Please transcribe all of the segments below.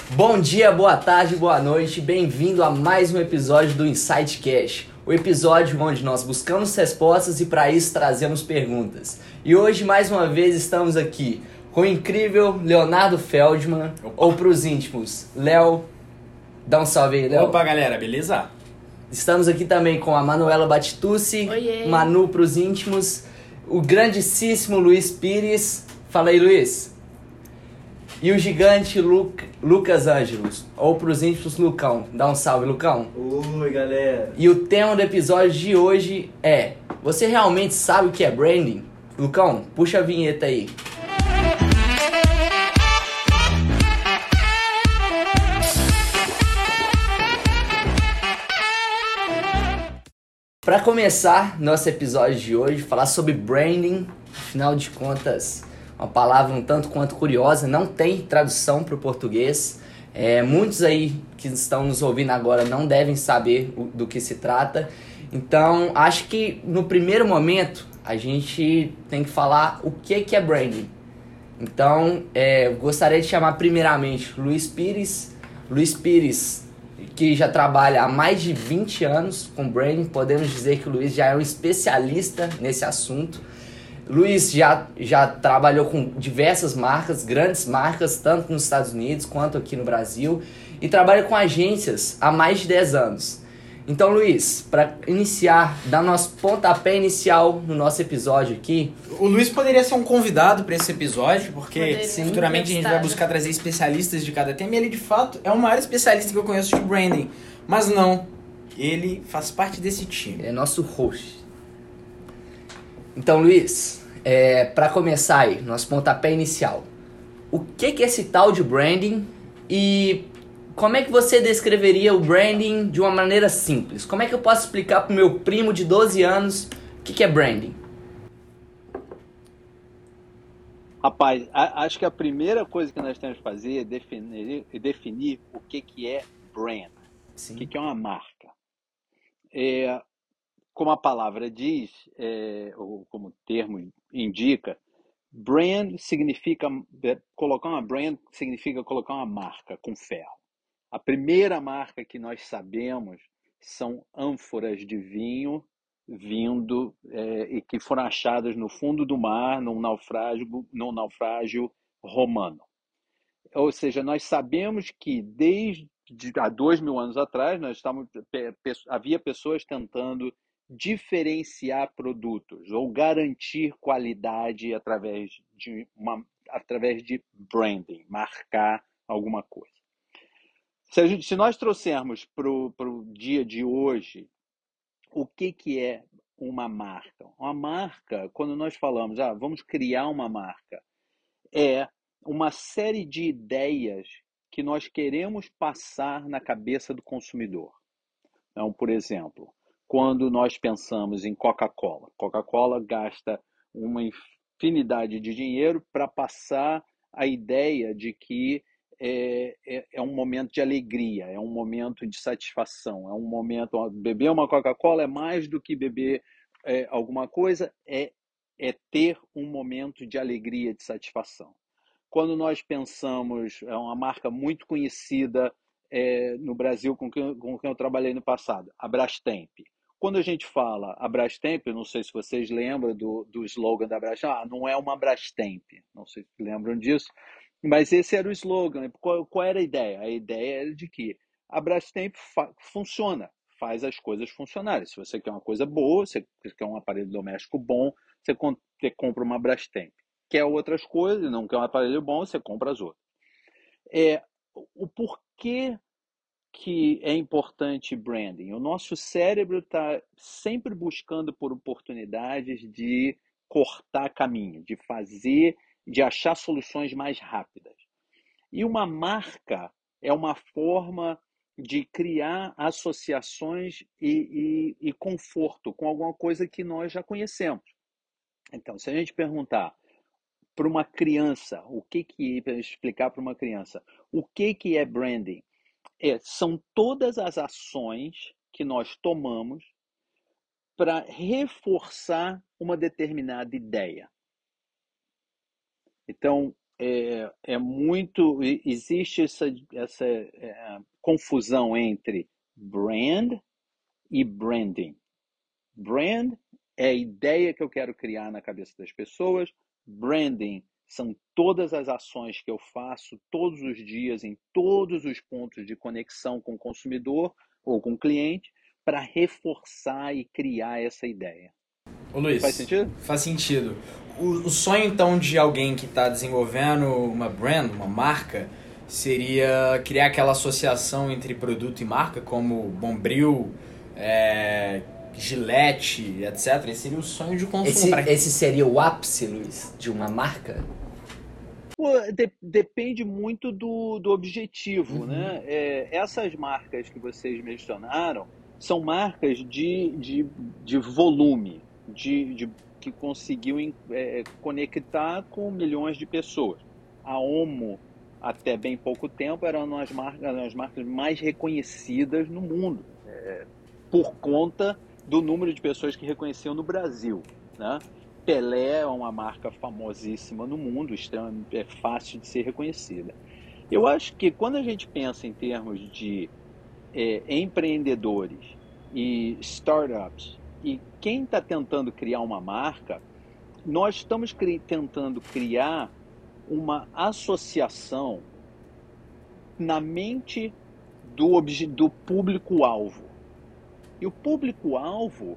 Bom dia, boa tarde, boa noite, bem-vindo a mais um episódio do Insight Cash, o episódio onde nós buscamos respostas e para isso trazemos perguntas. E hoje, mais uma vez, estamos aqui com o incrível Leonardo Feldman, ou para os íntimos, Léo. Dá um salve aí, Léo. Opa, galera, beleza? Estamos aqui também com a Manuela Batitucci, Oiê. Manu para os íntimos, o grandíssimo Luiz Pires. Fala aí, Luiz. E o gigante Lucas Ângelos, ou pros íntimos, Lucão. Dá um salve, Lucão. Oi, galera. E o tema do episódio de hoje é: você realmente sabe o que é branding? Lucão, puxa a vinheta aí. Para começar nosso episódio de hoje, falar sobre branding, afinal de contas, uma palavra um tanto quanto curiosa, não tem tradução para o português. Muitos aí que estão nos ouvindo agora não devem saber do que se trata. Então, acho que no primeiro momento a gente tem que falar o que é branding. Então, gostaria de chamar primeiramente Luiz Pires. Luiz Pires, que já trabalha há mais de 20 anos com branding, podemos dizer que o Luiz já é um especialista nesse assunto. Luiz já trabalhou com diversas marcas, grandes marcas, tanto nos Estados Unidos quanto aqui no Brasil, e trabalha com agências há mais de 10 anos. Então, Luiz, para iniciar, dar nosso pontapé inicial no nosso episódio aqui... O Luiz poderia ser um convidado para esse episódio, porque Poderia. futuramente a gente vai buscar trazer especialistas de cada tema, e ele de fato é o maior especialista que eu conheço de branding. Mas não, ele faz parte desse time. É nosso host. Então, Luiz, para começar aí, nosso pontapé inicial, o que é esse tal de branding e como é que você descreveria o branding de uma maneira simples? Como é que eu posso explicar para o meu primo de 12 anos o que é branding? Rapaz, acho que a primeira coisa que nós temos que fazer é definir o que é brand, Sim. o que é uma marca. Como a palavra diz, ou como o termo indica, brand significa, colocar uma brand significa colocar uma marca com ferro. A primeira marca que nós sabemos são ânforas de vinho vindo e que foram achadas no fundo do mar num naufrágio romano. Ou seja, nós sabemos que desde há 2000 anos atrás havia pessoas tentando diferenciar produtos ou garantir qualidade através de branding, marcar alguma coisa. Se nós trouxermos para o dia de hoje, o que é uma marca? Uma marca, quando nós falamos, vamos criar uma marca, é uma série de ideias que nós queremos passar na cabeça do consumidor. Então, por exemplo, quando nós pensamos em Coca-Cola, Coca-Cola gasta uma infinidade de dinheiro para passar a ideia de que é um momento de alegria, é um momento de satisfação, é um momento... Beber uma Coca-Cola é mais do que beber alguma coisa, é ter um momento de alegria, de satisfação. Quando nós pensamos, é uma marca muito conhecida no Brasil com quem eu trabalhei no passado, a Brastemp. Quando a gente fala a Brastemp, eu não sei se vocês lembram do slogan da Brastemp, não é uma Brastemp, não sei se lembram disso, mas esse era o slogan. Qual era a ideia? A ideia era de que a Brastemp funciona, faz as coisas funcionarem. Se você quer uma coisa boa, você quer um aparelho doméstico bom, você compra uma Brastemp. Quer outras coisas, não quer um aparelho bom, você compra as outras. O porquê que é importante branding? O nosso cérebro está sempre buscando por oportunidades de cortar caminho, de achar soluções mais rápidas. E uma marca é uma forma de criar associações e conforto com alguma coisa que nós já conhecemos. Então, se a gente perguntar para uma criança, explicar para uma criança o que é branding? São todas as ações que nós tomamos para reforçar uma determinada ideia. Então, existe essa confusão entre brand e branding. Brand é a ideia que eu quero criar na cabeça das pessoas. Branding são todas as ações que eu faço todos os dias em todos os pontos de conexão com o consumidor ou com o cliente para reforçar e criar essa ideia. Ô Luiz, Faz sentido? faz sentido. O sonho então de alguém que está desenvolvendo uma brand, uma marca, seria criar aquela associação entre produto e marca, como Bombril, Gillette, etc. Esse seria o sonho de consumo. Esse seria o ápice, Luiz, de uma marca? Depende muito do objetivo, né? Essas marcas que vocês mencionaram são marcas de volume, que conseguiu conectar com milhões de pessoas. A Omo, até bem pouco tempo, era uma das marcas mais reconhecidas no mundo, por conta do número de pessoas que reconheciam no Brasil, né? Pelé é uma marca famosíssima no mundo, é fácil de ser reconhecida. Eu acho que quando a gente pensa em termos de empreendedores e startups, e quem está tentando criar uma marca, nós estamos tentando criar uma associação na mente do público-alvo. E o público-alvo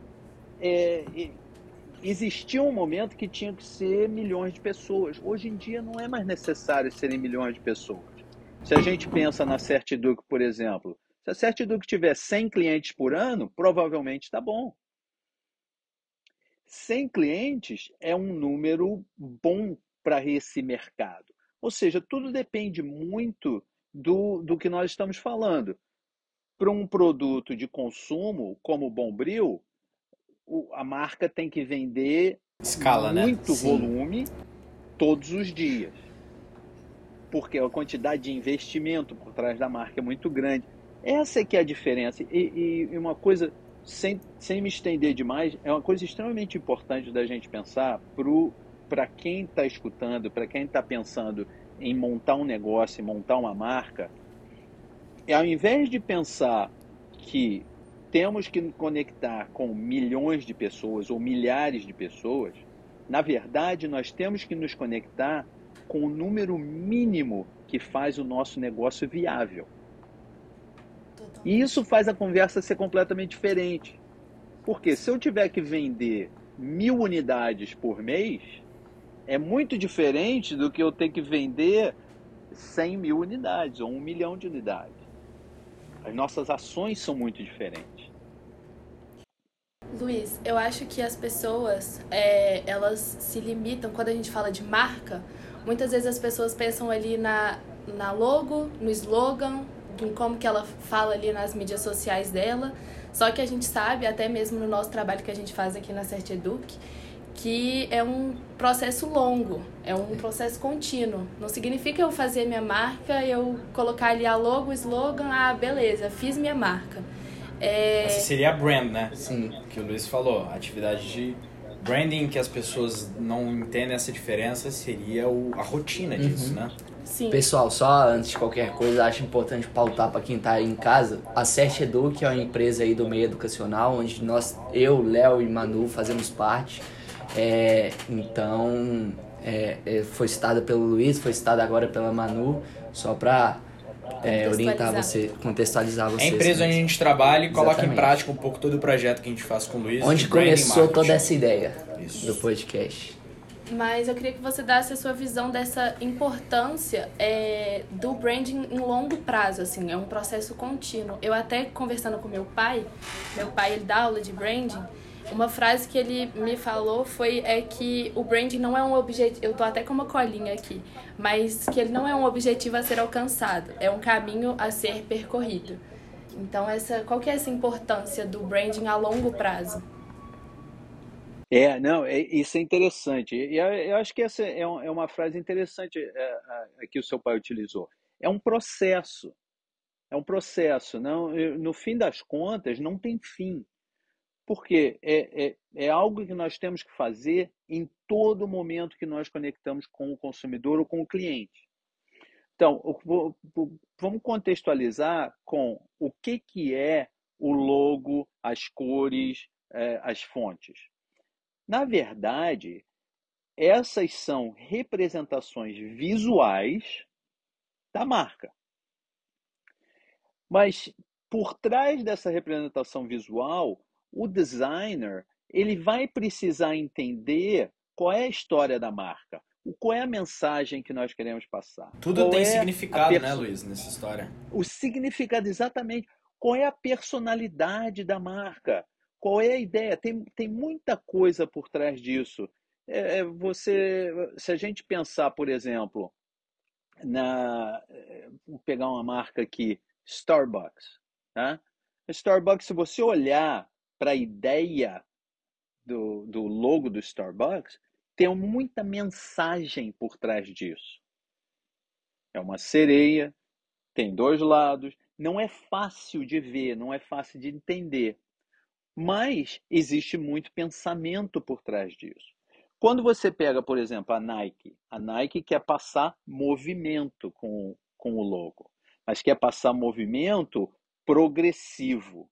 existia um momento que tinha que ser milhões de pessoas. Hoje em dia não é mais necessário serem milhões de pessoas. Se a gente pensa na Certiduc, por exemplo, se a Certiduc tiver 100 clientes por ano, provavelmente está bom. 100 clientes é um número bom para esse mercado. Ou seja, tudo depende muito do que nós estamos falando. Para um produto de consumo como o Bombril, a marca tem que vender escala, muito né? volume todos os dias. Porque a quantidade de investimento por trás da marca é muito grande. Essa é que é a diferença. E uma coisa, sem me estender demais, é uma coisa extremamente importante da gente pensar para quem está escutando, para quem está pensando em montar um negócio, em montar uma marca, ao invés de pensar que temos que nos conectar com milhões de pessoas ou milhares de pessoas, na verdade, nós temos que nos conectar com o número mínimo que faz o nosso negócio viável. E isso faz a conversa ser completamente diferente. Porque se eu tiver que vender 1.000 unidades por mês, é muito diferente do que eu ter que vender 100.000 unidades ou 1 milhão de unidades. As nossas ações são muito diferentes. Luiz, eu acho que as pessoas, elas se limitam, quando a gente fala de marca, muitas vezes as pessoas pensam ali na logo, no slogan, em como que ela fala ali nas mídias sociais dela, só que a gente sabe, até mesmo no nosso trabalho que a gente faz aqui na Certeduc, que é um processo longo, é um processo contínuo. Não significa eu fazer minha marca, eu colocar ali a logo, o slogan, beleza, fiz minha marca. Essa seria a brand, né? Sim. Que o Luiz falou. A atividade de branding que as pessoas não entendem essa diferença seria a rotina disso, né? Sim. Pessoal, só antes de qualquer coisa, acho importante pautar para quem está aí em casa. A Certeduc é uma empresa aí do meio educacional, onde eu, Léo e Manu fazemos parte. Então, foi citada pelo Luiz, foi citada agora pela Manu, só para orientar você, contextualizar você. É a empresa onde a gente trabalha e coloca em prática um pouco todo o projeto que a gente faz com o Luiz. Onde começou toda essa ideia do podcast. Mas eu queria que você desse a sua visão dessa importância do branding em longo prazo, assim, é um processo contínuo. Eu até conversando com meu pai ele dá aula de branding, uma frase que ele me falou foi que o branding não é um objetivo, eu tô até com uma colinha aqui, mas que ele não é um objetivo a ser alcançado, é um caminho a ser percorrido. Então, qual que é essa importância do branding a longo prazo? Isso é interessante. E eu acho que essa é uma frase interessante que o seu pai utilizou. É um processo. É um processo. Não, no fim das contas, não tem fim. Porque é algo que nós temos que fazer em todo momento que nós conectamos com o consumidor ou com o cliente. Então, vamos contextualizar com o que é o logo, as cores, as fontes. Na verdade, essas são representações visuais da marca. Mas por trás dessa representação visual, o designer ele vai precisar entender qual é a história da marca, qual é a mensagem que nós queremos passar. Tudo tem significado, né, Luiz, nessa história? O significado, exatamente. Qual é a personalidade da marca? Qual é a ideia? Tem muita coisa por trás disso. Se a gente pensar, por exemplo, vou pegar uma marca aqui, Starbucks. Tá? Starbucks, se você olhar para a ideia do logo do Starbucks, tem muita mensagem por trás disso. É uma sereia, tem dois lados, não é fácil de ver, não é fácil de entender, mas existe muito pensamento por trás disso. Quando você pega, por exemplo, a Nike quer passar movimento com o logo, mas quer passar movimento progressivo.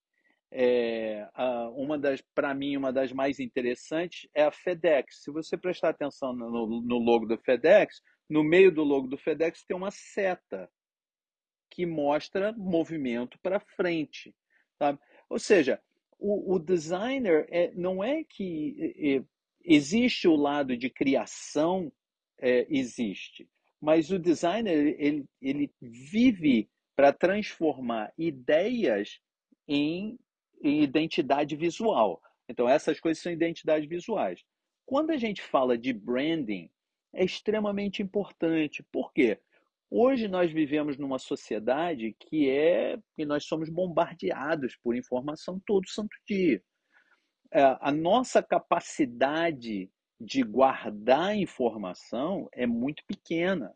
Para mim, uma das mais interessantes é a FedEx. Se você prestar atenção no logo do FedEx, no meio do logo do FedEx tem uma seta que mostra movimento para frente, sabe? Ou seja, o designer não é que existe o lado de criação, existe, mas o designer ele vive para transformar ideias em identidade visual. Então essas coisas são identidades visuais. Quando a gente fala de branding, é extremamente importante. Por quê? Hoje nós vivemos numa sociedade que nós somos bombardeados por informação todo santo dia. A nossa capacidade de guardar informação é muito pequena.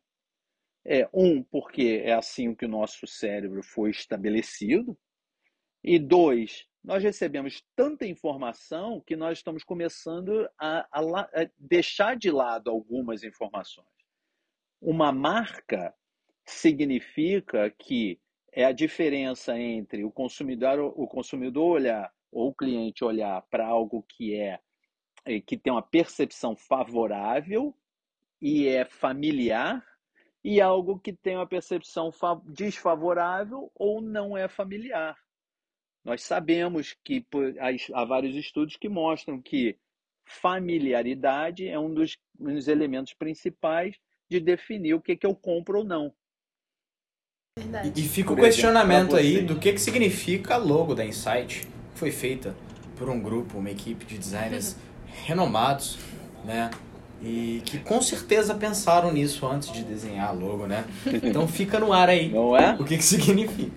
Porque é assim que o nosso cérebro foi estabelecido. E dois, nós recebemos tanta informação que nós estamos começando a deixar de lado algumas informações. Uma marca significa que é a diferença entre o consumidor olhar ou o cliente olhar para algo que tem uma percepção favorável e é familiar e algo que tem uma percepção desfavorável ou não é familiar. Nós sabemos que há vários estudos que mostram que familiaridade é um dos elementos principais de definir o que eu compro ou não. Verdade. E fica o questionamento aí do que significa a logo da Insight, que foi feita por um grupo, uma equipe de designers renomados, né? E que com certeza pensaram nisso antes de desenhar a logo, né? Então fica no ar aí. Não é? O que significa.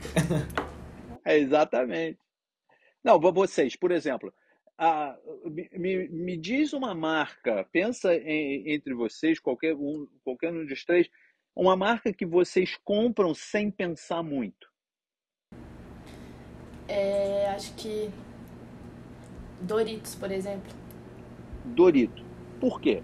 Exatamente. Não, vocês, por exemplo, me diz uma marca, pensa entre vocês, qualquer um dos três, uma marca que vocês compram sem pensar muito. Acho que Doritos, por exemplo. Dorito. Por quê?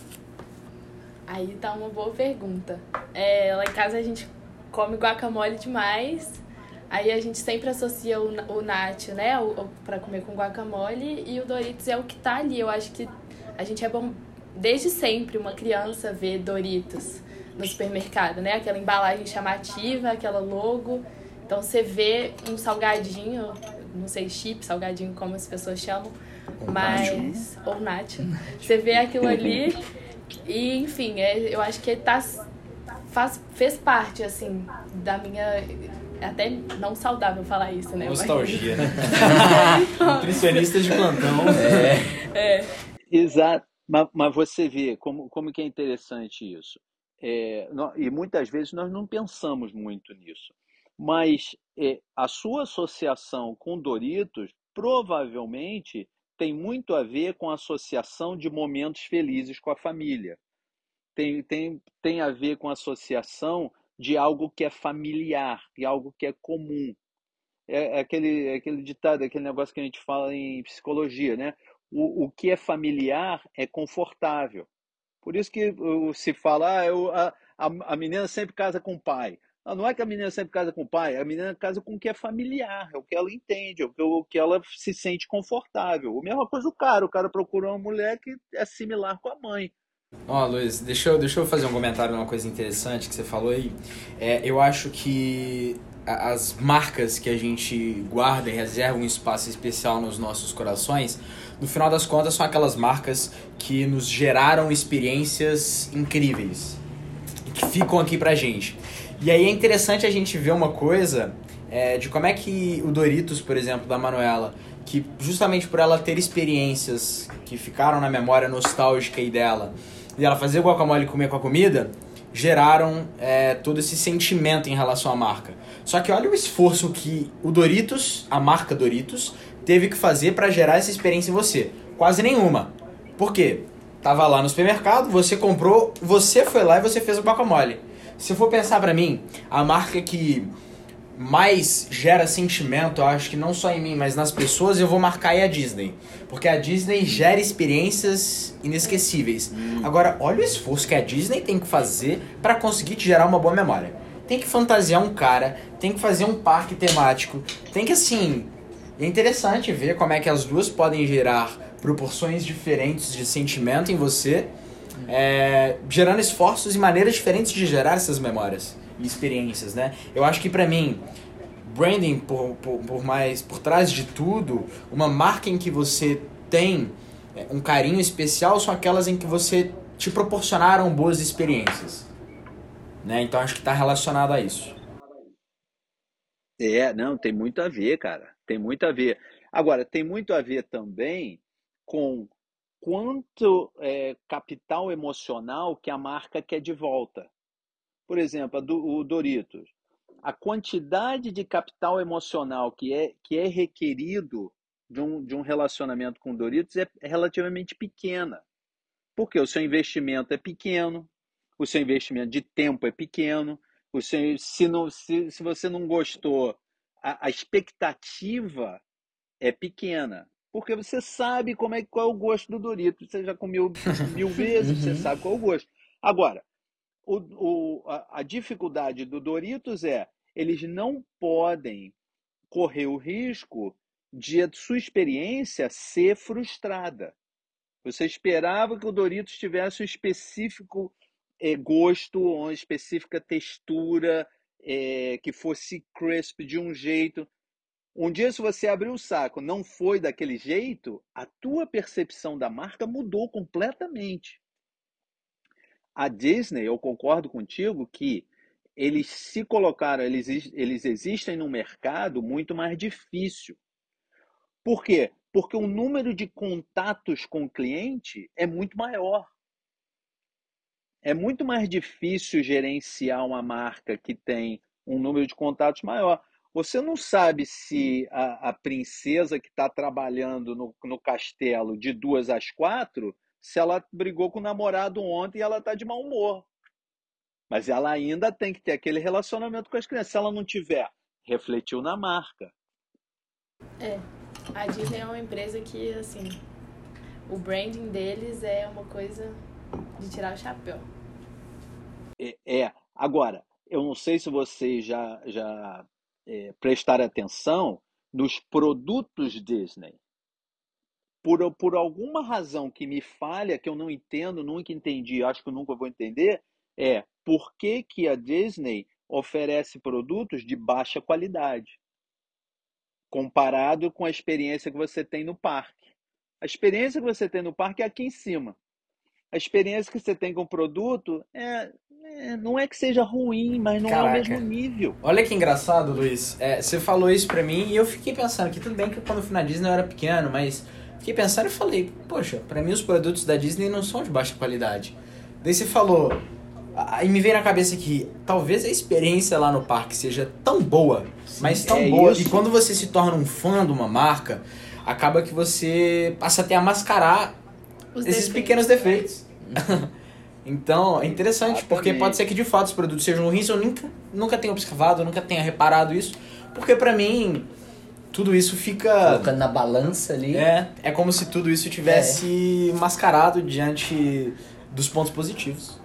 Aí tá uma boa pergunta. Lá em casa a gente come guacamole demais. Aí a gente sempre associa o nacho, né, pra comer com guacamole, e o Doritos é o que tá ali. Eu acho que a gente é bom, desde sempre, uma criança vê Doritos no supermercado, né? Aquela embalagem chamativa, aquela logo. Então você vê um salgadinho, não sei, chip, salgadinho, como as pessoas chamam, mas... Ou nacho. Você vê aquilo ali e, enfim, eu acho que fez parte, assim, da minha... Até não saudável falar isso, né? Nostalgia, né? Nutricionista de plantão. Exato. Mas você vê como que é interessante isso. E muitas vezes nós não pensamos muito nisso. Mas a sua associação com Doritos provavelmente tem muito a ver com a associação de momentos felizes com a família. Tem a ver com a associação de algo que é familiar, de algo que é comum. é aquele ditado, aquele negócio que a gente fala em psicologia, né? O que é familiar é confortável. Por isso que se fala, a menina sempre casa com o pai. Não é que a menina sempre casa com o pai, a menina casa com o que é familiar, é o que ela entende, é o que ela se sente confortável. A mesma coisa o cara procura uma mulher que é similar com a mãe. Ó, Luiz, deixa eu fazer um comentário numa coisa interessante que você falou aí. Eu acho que as marcas que a gente guarda e reserva um espaço especial nos nossos corações, no final das contas são aquelas marcas que nos geraram experiências incríveis e que ficam aqui pra gente. E aí é interessante a gente ver uma coisa de como é que o Doritos, por exemplo, da Manuela, que justamente por ela ter experiências que ficaram na memória nostálgica aí dela, e ela fazer guacamole e comer com a comida, geraram todo esse sentimento em relação à marca. Só que olha o esforço que o Doritos, a marca Doritos, teve que fazer para gerar essa experiência em você. Quase nenhuma. Por quê? Tava lá no supermercado, você comprou, você foi lá e você fez o guacamole. Se eu for pensar pra mim, a marca que mais gera sentimento, eu acho que não só em mim, mas nas pessoas, eu vou marcar aí a Disney. Porque a Disney gera experiências inesquecíveis. Agora, olha o esforço que a Disney tem que fazer para conseguir te gerar uma boa memória. Tem que fantasiar um cara, tem que fazer um parque temático, tem que, assim... É interessante ver como é que as duas podem gerar proporções diferentes de sentimento em você, gerando esforços e maneiras diferentes de gerar essas memórias e experiências, né? Eu acho que pra mim, branding por trás de tudo, uma marca em que você tem um carinho especial são aquelas em que você te proporcionaram boas experiências, né? Então acho que tá relacionado a isso. Não, tem muito a ver, cara. Tem muito a ver. Agora, tem muito a ver também com quanto capital emocional que a marca quer de volta. Por exemplo, o Doritos. A quantidade de capital emocional que é requerido de um relacionamento com o Doritos é relativamente pequena. Porque o seu investimento é pequeno, o seu investimento de tempo é pequeno, se você não gostou, a expectativa é pequena. Porque você sabe qual é o gosto do Doritos. Você já comeu 1000 vezes, você sabe qual é o gosto. Agora, a dificuldade do Doritos eles não podem correr o risco de a sua experiência ser frustrada. Você esperava que o Doritos tivesse um específico gosto, uma específica textura, que fosse crisp de um jeito. Um dia, se você abrir o saco, não foi daquele jeito, a tua percepção da marca mudou completamente. A Disney, eu concordo contigo que eles se colocaram, eles existem num mercado muito mais difícil. Por quê? Porque o número de contatos com o cliente é muito maior. É muito mais difícil gerenciar uma marca que tem um número de contatos maior. Você não sabe se a princesa que está trabalhando no castelo de 2 às 4, se ela brigou com o namorado ontem e ela está de mau humor. Mas ela ainda tem que ter aquele relacionamento com as crianças. Se ela não tiver, refletiu na marca. A Disney é uma empresa que, assim, o branding deles é uma coisa de tirar o chapéu. Agora, eu não sei se vocês já prestaram atenção nos produtos Disney. Por alguma razão que me falha, que eu não entendo, nunca entendi, acho que eu nunca vou entender, por que a Disney oferece produtos de baixa qualidade comparado com a experiência que você tem no parque. A experiência que você tem no parque é aqui em cima. A experiência que você tem com o produto não é que seja ruim, mas não é o mesmo nível. Olha que engraçado, Luiz. Você falou isso pra mim e eu fiquei pensando que tudo bem que quando eu fui na Disney eu era pequeno, mas fiquei pensando e falei, poxa, pra mim os produtos da Disney não são de baixa qualidade. Daí você falou, aí me veio na cabeça que talvez a experiência lá no parque seja tão boa, mas tão boa, isso. E quando você se torna um fã de uma marca, acaba que você passa até a mascarar esses pequenos defeitos. Então, é interessante, porque pode ser que de fato os produtos sejam ruins, eu nunca tenha observado, eu nunca tenha reparado isso, Porque pra mim, tudo isso fica... Colocando na balança ali. É como se tudo isso tivesse mascarado diante dos pontos positivos.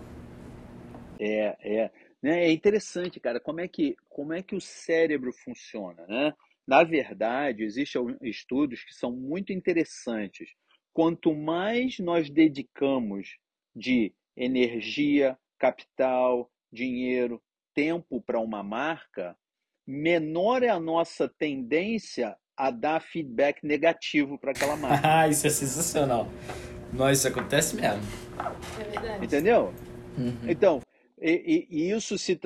Né? É interessante, cara, como é que o cérebro funciona, né? Na verdade, existem estudos que são muito interessantes. Quanto mais nós dedicamos de energia, capital, dinheiro, tempo para uma marca, menor é a nossa tendência a dar feedback negativo para aquela marca. Isso é sensacional. Nossa, isso acontece mesmo. É verdade. Entendeu? Uhum. Então, e isso se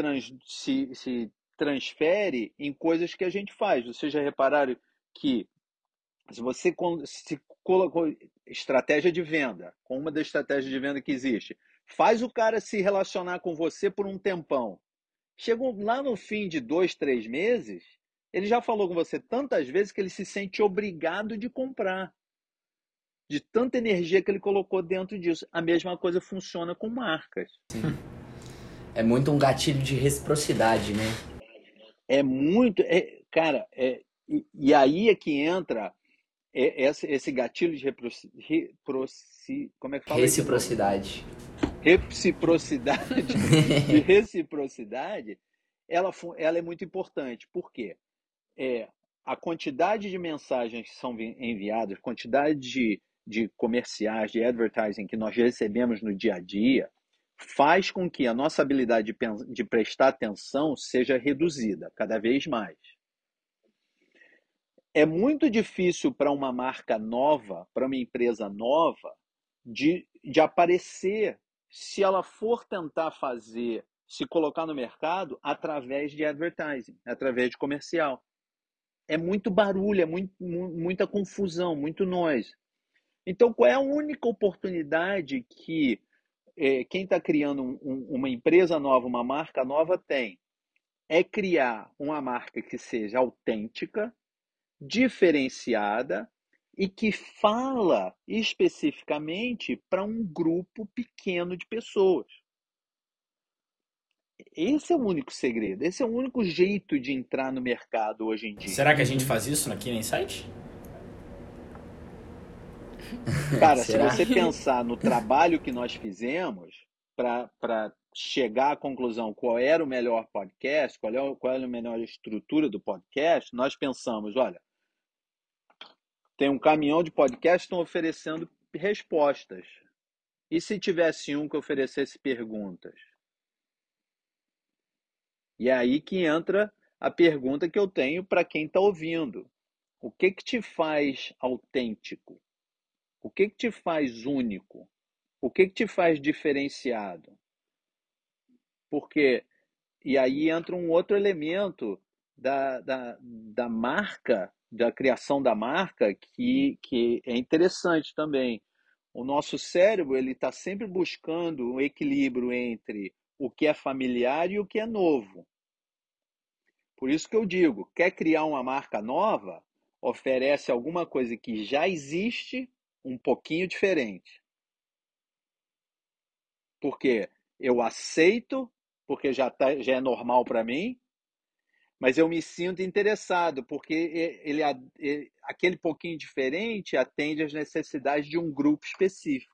transfere em coisas que a gente faz. Vocês já repararam que se você se colocou estratégia de venda, com uma das estratégias de venda que existe, faz o cara se relacionar com você por um tempão. Chegou lá no fim de 2, 3 meses, ele já falou com você tantas vezes que ele se sente obrigado de comprar. De tanta energia que ele colocou dentro disso. A mesma coisa funciona com marcas. É muito um gatilho de reciprocidade, né? É muito... cara, e aí é que entra esse gatilho de como é que fala isso? Reciprocidade. De reciprocidade, ela é muito importante. Por quê? A quantidade de mensagens que são enviadas, quantidade de comerciais, de advertising que nós recebemos no dia a dia, faz com que a nossa habilidade de prestar atenção seja reduzida cada vez mais. É muito difícil para uma marca nova, para uma empresa nova, de aparecer se ela for tentar se colocar no mercado através de advertising, através de comercial. É muito barulho, é muita confusão, muito noise. Então, qual é a única oportunidade que quem está criando uma empresa nova, uma marca nova tem? É criar uma marca que seja autêntica, diferenciada e que fala especificamente para um grupo pequeno de pessoas. Esse é o único segredo, esse é o único jeito de entrar no mercado hoje em dia. Será que a gente faz isso aqui no Insight? Cara, se você pensar no trabalho que nós fizemos para chegar à conclusão qual era o melhor podcast, qual era a melhor estrutura do podcast, nós pensamos, olha, tem um caminhão de podcasts que estão oferecendo respostas. E se tivesse um que oferecesse perguntas? E é aí que entra a pergunta que eu tenho para quem está ouvindo. O que te faz autêntico? O que te faz único? O que te faz diferenciado? Porque, e aí entra um outro elemento da marca, da criação da marca, que é interessante também. O nosso cérebro ele está sempre buscando um equilíbrio entre o que é familiar e o que é novo. Por isso que eu digo, quer criar uma marca nova, oferece alguma coisa que já existe, um pouquinho diferente. Porque eu aceito, porque já é normal para mim, mas eu me sinto interessado, porque aquele pouquinho diferente atende às necessidades de um grupo específico.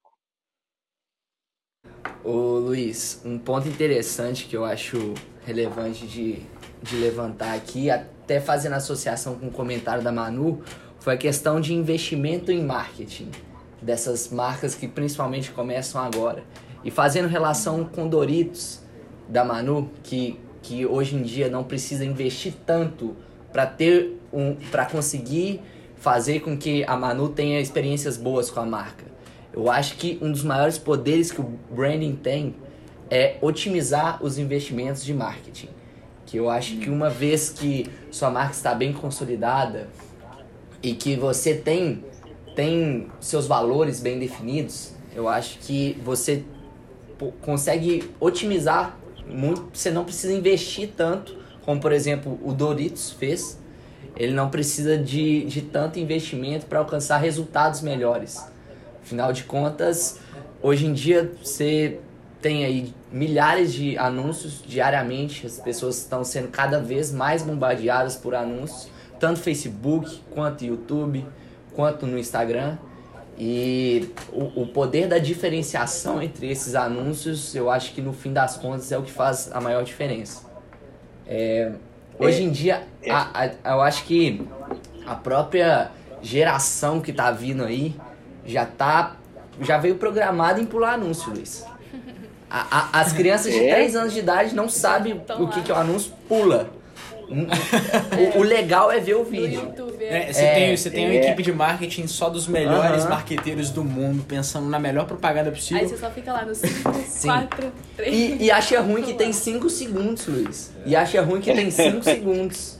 Ô Luiz, um ponto interessante que eu acho relevante de levantar aqui, até fazendo associação com o comentário da Manu, foi a questão de investimento em marketing, dessas marcas que principalmente começam agora. E fazendo relação com Doritos, da Manu, que hoje em dia não precisa investir tanto para conseguir fazer com que a Manu tenha experiências boas com a marca. Eu acho que um dos maiores poderes que o branding tem é otimizar os investimentos de marketing. Que eu acho que uma vez que sua marca está bem consolidada e que você tem seus valores bem definidos, eu acho que você consegue otimizar muito. Você não precisa investir tanto, como por exemplo o Doritos fez. Ele não precisa de tanto investimento para alcançar resultados melhores. Afinal de contas, hoje em dia você tem aí milhares de anúncios diariamente, as pessoas estão sendo cada vez mais bombardeadas por anúncios, tanto Facebook, quanto YouTube, quanto no Instagram. E o poder da diferenciação entre esses anúncios, eu acho que no fim das contas é o que faz a maior diferença. Hoje em dia, eu acho que a própria geração que tá vindo aí já veio programada em pular anúncio, Luiz. As crianças de 3 anos de idade não sabem o que é o anúncio, pula. O legal é ver o vídeo. Você tem uma equipe de marketing só dos melhores marqueteiros do mundo, pensando na melhor propaganda possível. Aí você só fica lá no 5, 4, 3... E acha ruim que tem 5 segundos, Luiz. E acha ruim que tem 5 segundos.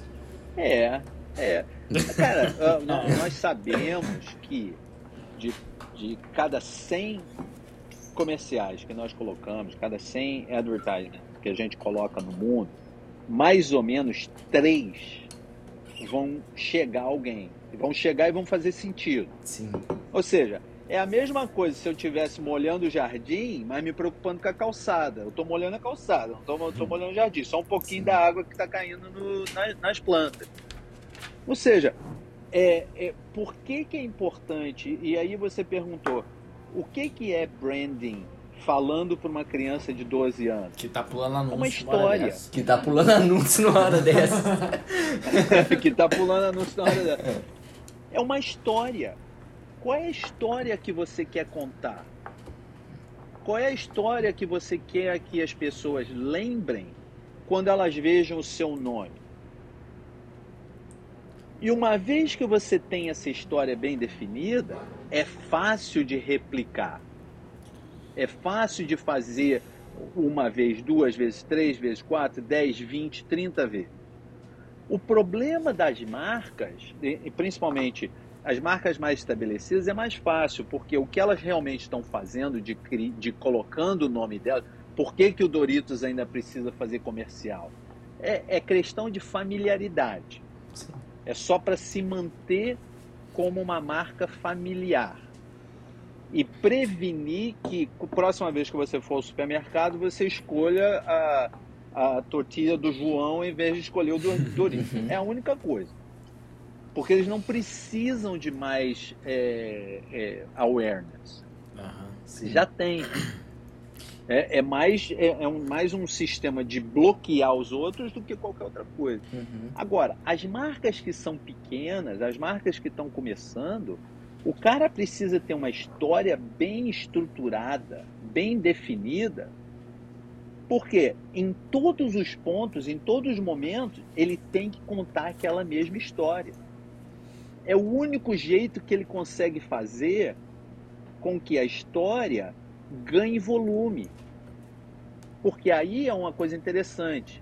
Cara, nós sabemos que de cada 100 comerciais que nós colocamos, cada 100 advertising que a gente coloca no mundo, mais ou menos 3 vão chegar a alguém. Vão chegar e vão fazer sentido. Sim. Ou seja, é a mesma coisa se eu estivesse molhando o jardim, mas me preocupando com a calçada. Eu estou molhando a calçada, não estou molhando o jardim. Só um pouquinho da água que está caindo nas plantas. Ou seja, por que é importante? E aí você perguntou, o que é branding? Falando para uma criança de 12 anos. Que tá pulando anúncio. Uma história. Que tá pulando anúncio na hora dessa. Que tá pulando anúncio na hora dessa. É uma história. Qual é a história que você quer contar? Qual é a história que você quer que as pessoas lembrem quando elas vejam o seu nome? E uma vez que você tem essa história bem definida, é fácil de replicar. É fácil de fazer 1 vez, 2 vezes, 3 vezes, 4, 10, 20, 30 vezes. O problema das marcas, e principalmente as marcas mais estabelecidas, é mais fácil, porque o que elas realmente estão fazendo de colocando o nome delas, por que o Doritos ainda precisa fazer comercial? É questão de familiaridade. Sim. É só para se manter como uma marca familiar. E prevenir que, a próxima vez que você for ao supermercado, você escolha a tortilha do João em vez de escolher o Doritos. É a única coisa. Porque eles não precisam de mais awareness. Já tem. É mais um sistema de bloquear os outros do que qualquer outra coisa. Agora, as marcas que são pequenas, as marcas que estão começando, o cara precisa ter uma história bem estruturada, bem definida, porque em todos os pontos, em todos os momentos, ele tem que contar aquela mesma história. É o único jeito que ele consegue fazer com que a história ganhe volume. Porque aí é uma coisa interessante.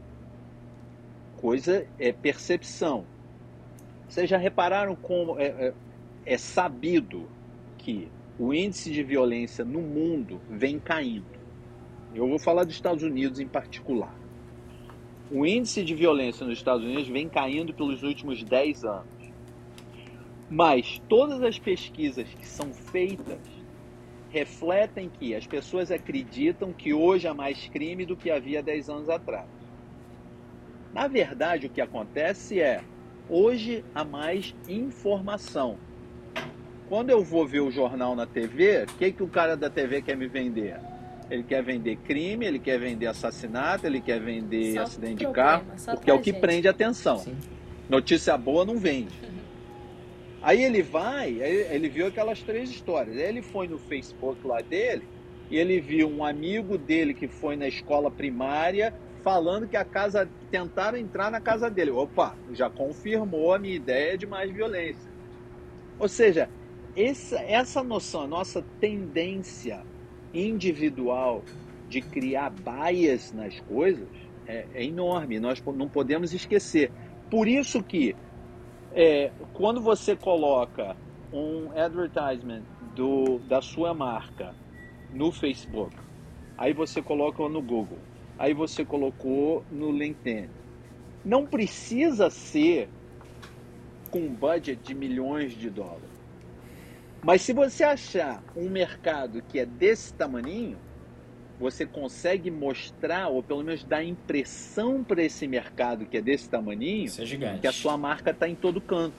Coisa é percepção. Vocês já repararam como é sabido que o índice de violência no mundo vem caindo. Eu vou falar dos Estados Unidos em particular. O índice de violência nos Estados Unidos vem caindo pelos últimos 10 anos. Mas todas as pesquisas que são feitas refletem que as pessoas acreditam que hoje há mais crime do que havia 10 anos atrás. Na verdade, o que acontece hoje há mais informação. Quando eu vou ver o jornal na TV, o que o cara da TV quer me vender? Ele quer vender crime, ele quer vender assassinato, ele quer vender acidente de carro, porque é o que prende a atenção. Sim. Notícia boa não vende. Aí ele viu aquelas 3 histórias. Aí ele foi no Facebook lá dele e ele viu um amigo dele que foi na escola primária falando que tentaram entrar na casa dele. Opa, já confirmou a minha ideia de mais violência. Ou seja, essa noção, a nossa tendência individual de criar bias nas coisas é enorme. Nós não podemos esquecer. Por isso que quando você coloca um advertisement da sua marca no Facebook, aí você coloca no Google, aí você colocou no LinkedIn, não precisa ser com um budget de milhões de dólares. Mas se você achar um mercado que é desse tamaninho, você consegue mostrar, ou pelo menos dar impressão para esse mercado que é desse tamaninho, Isso é gigante. que a sua marca está em todo canto.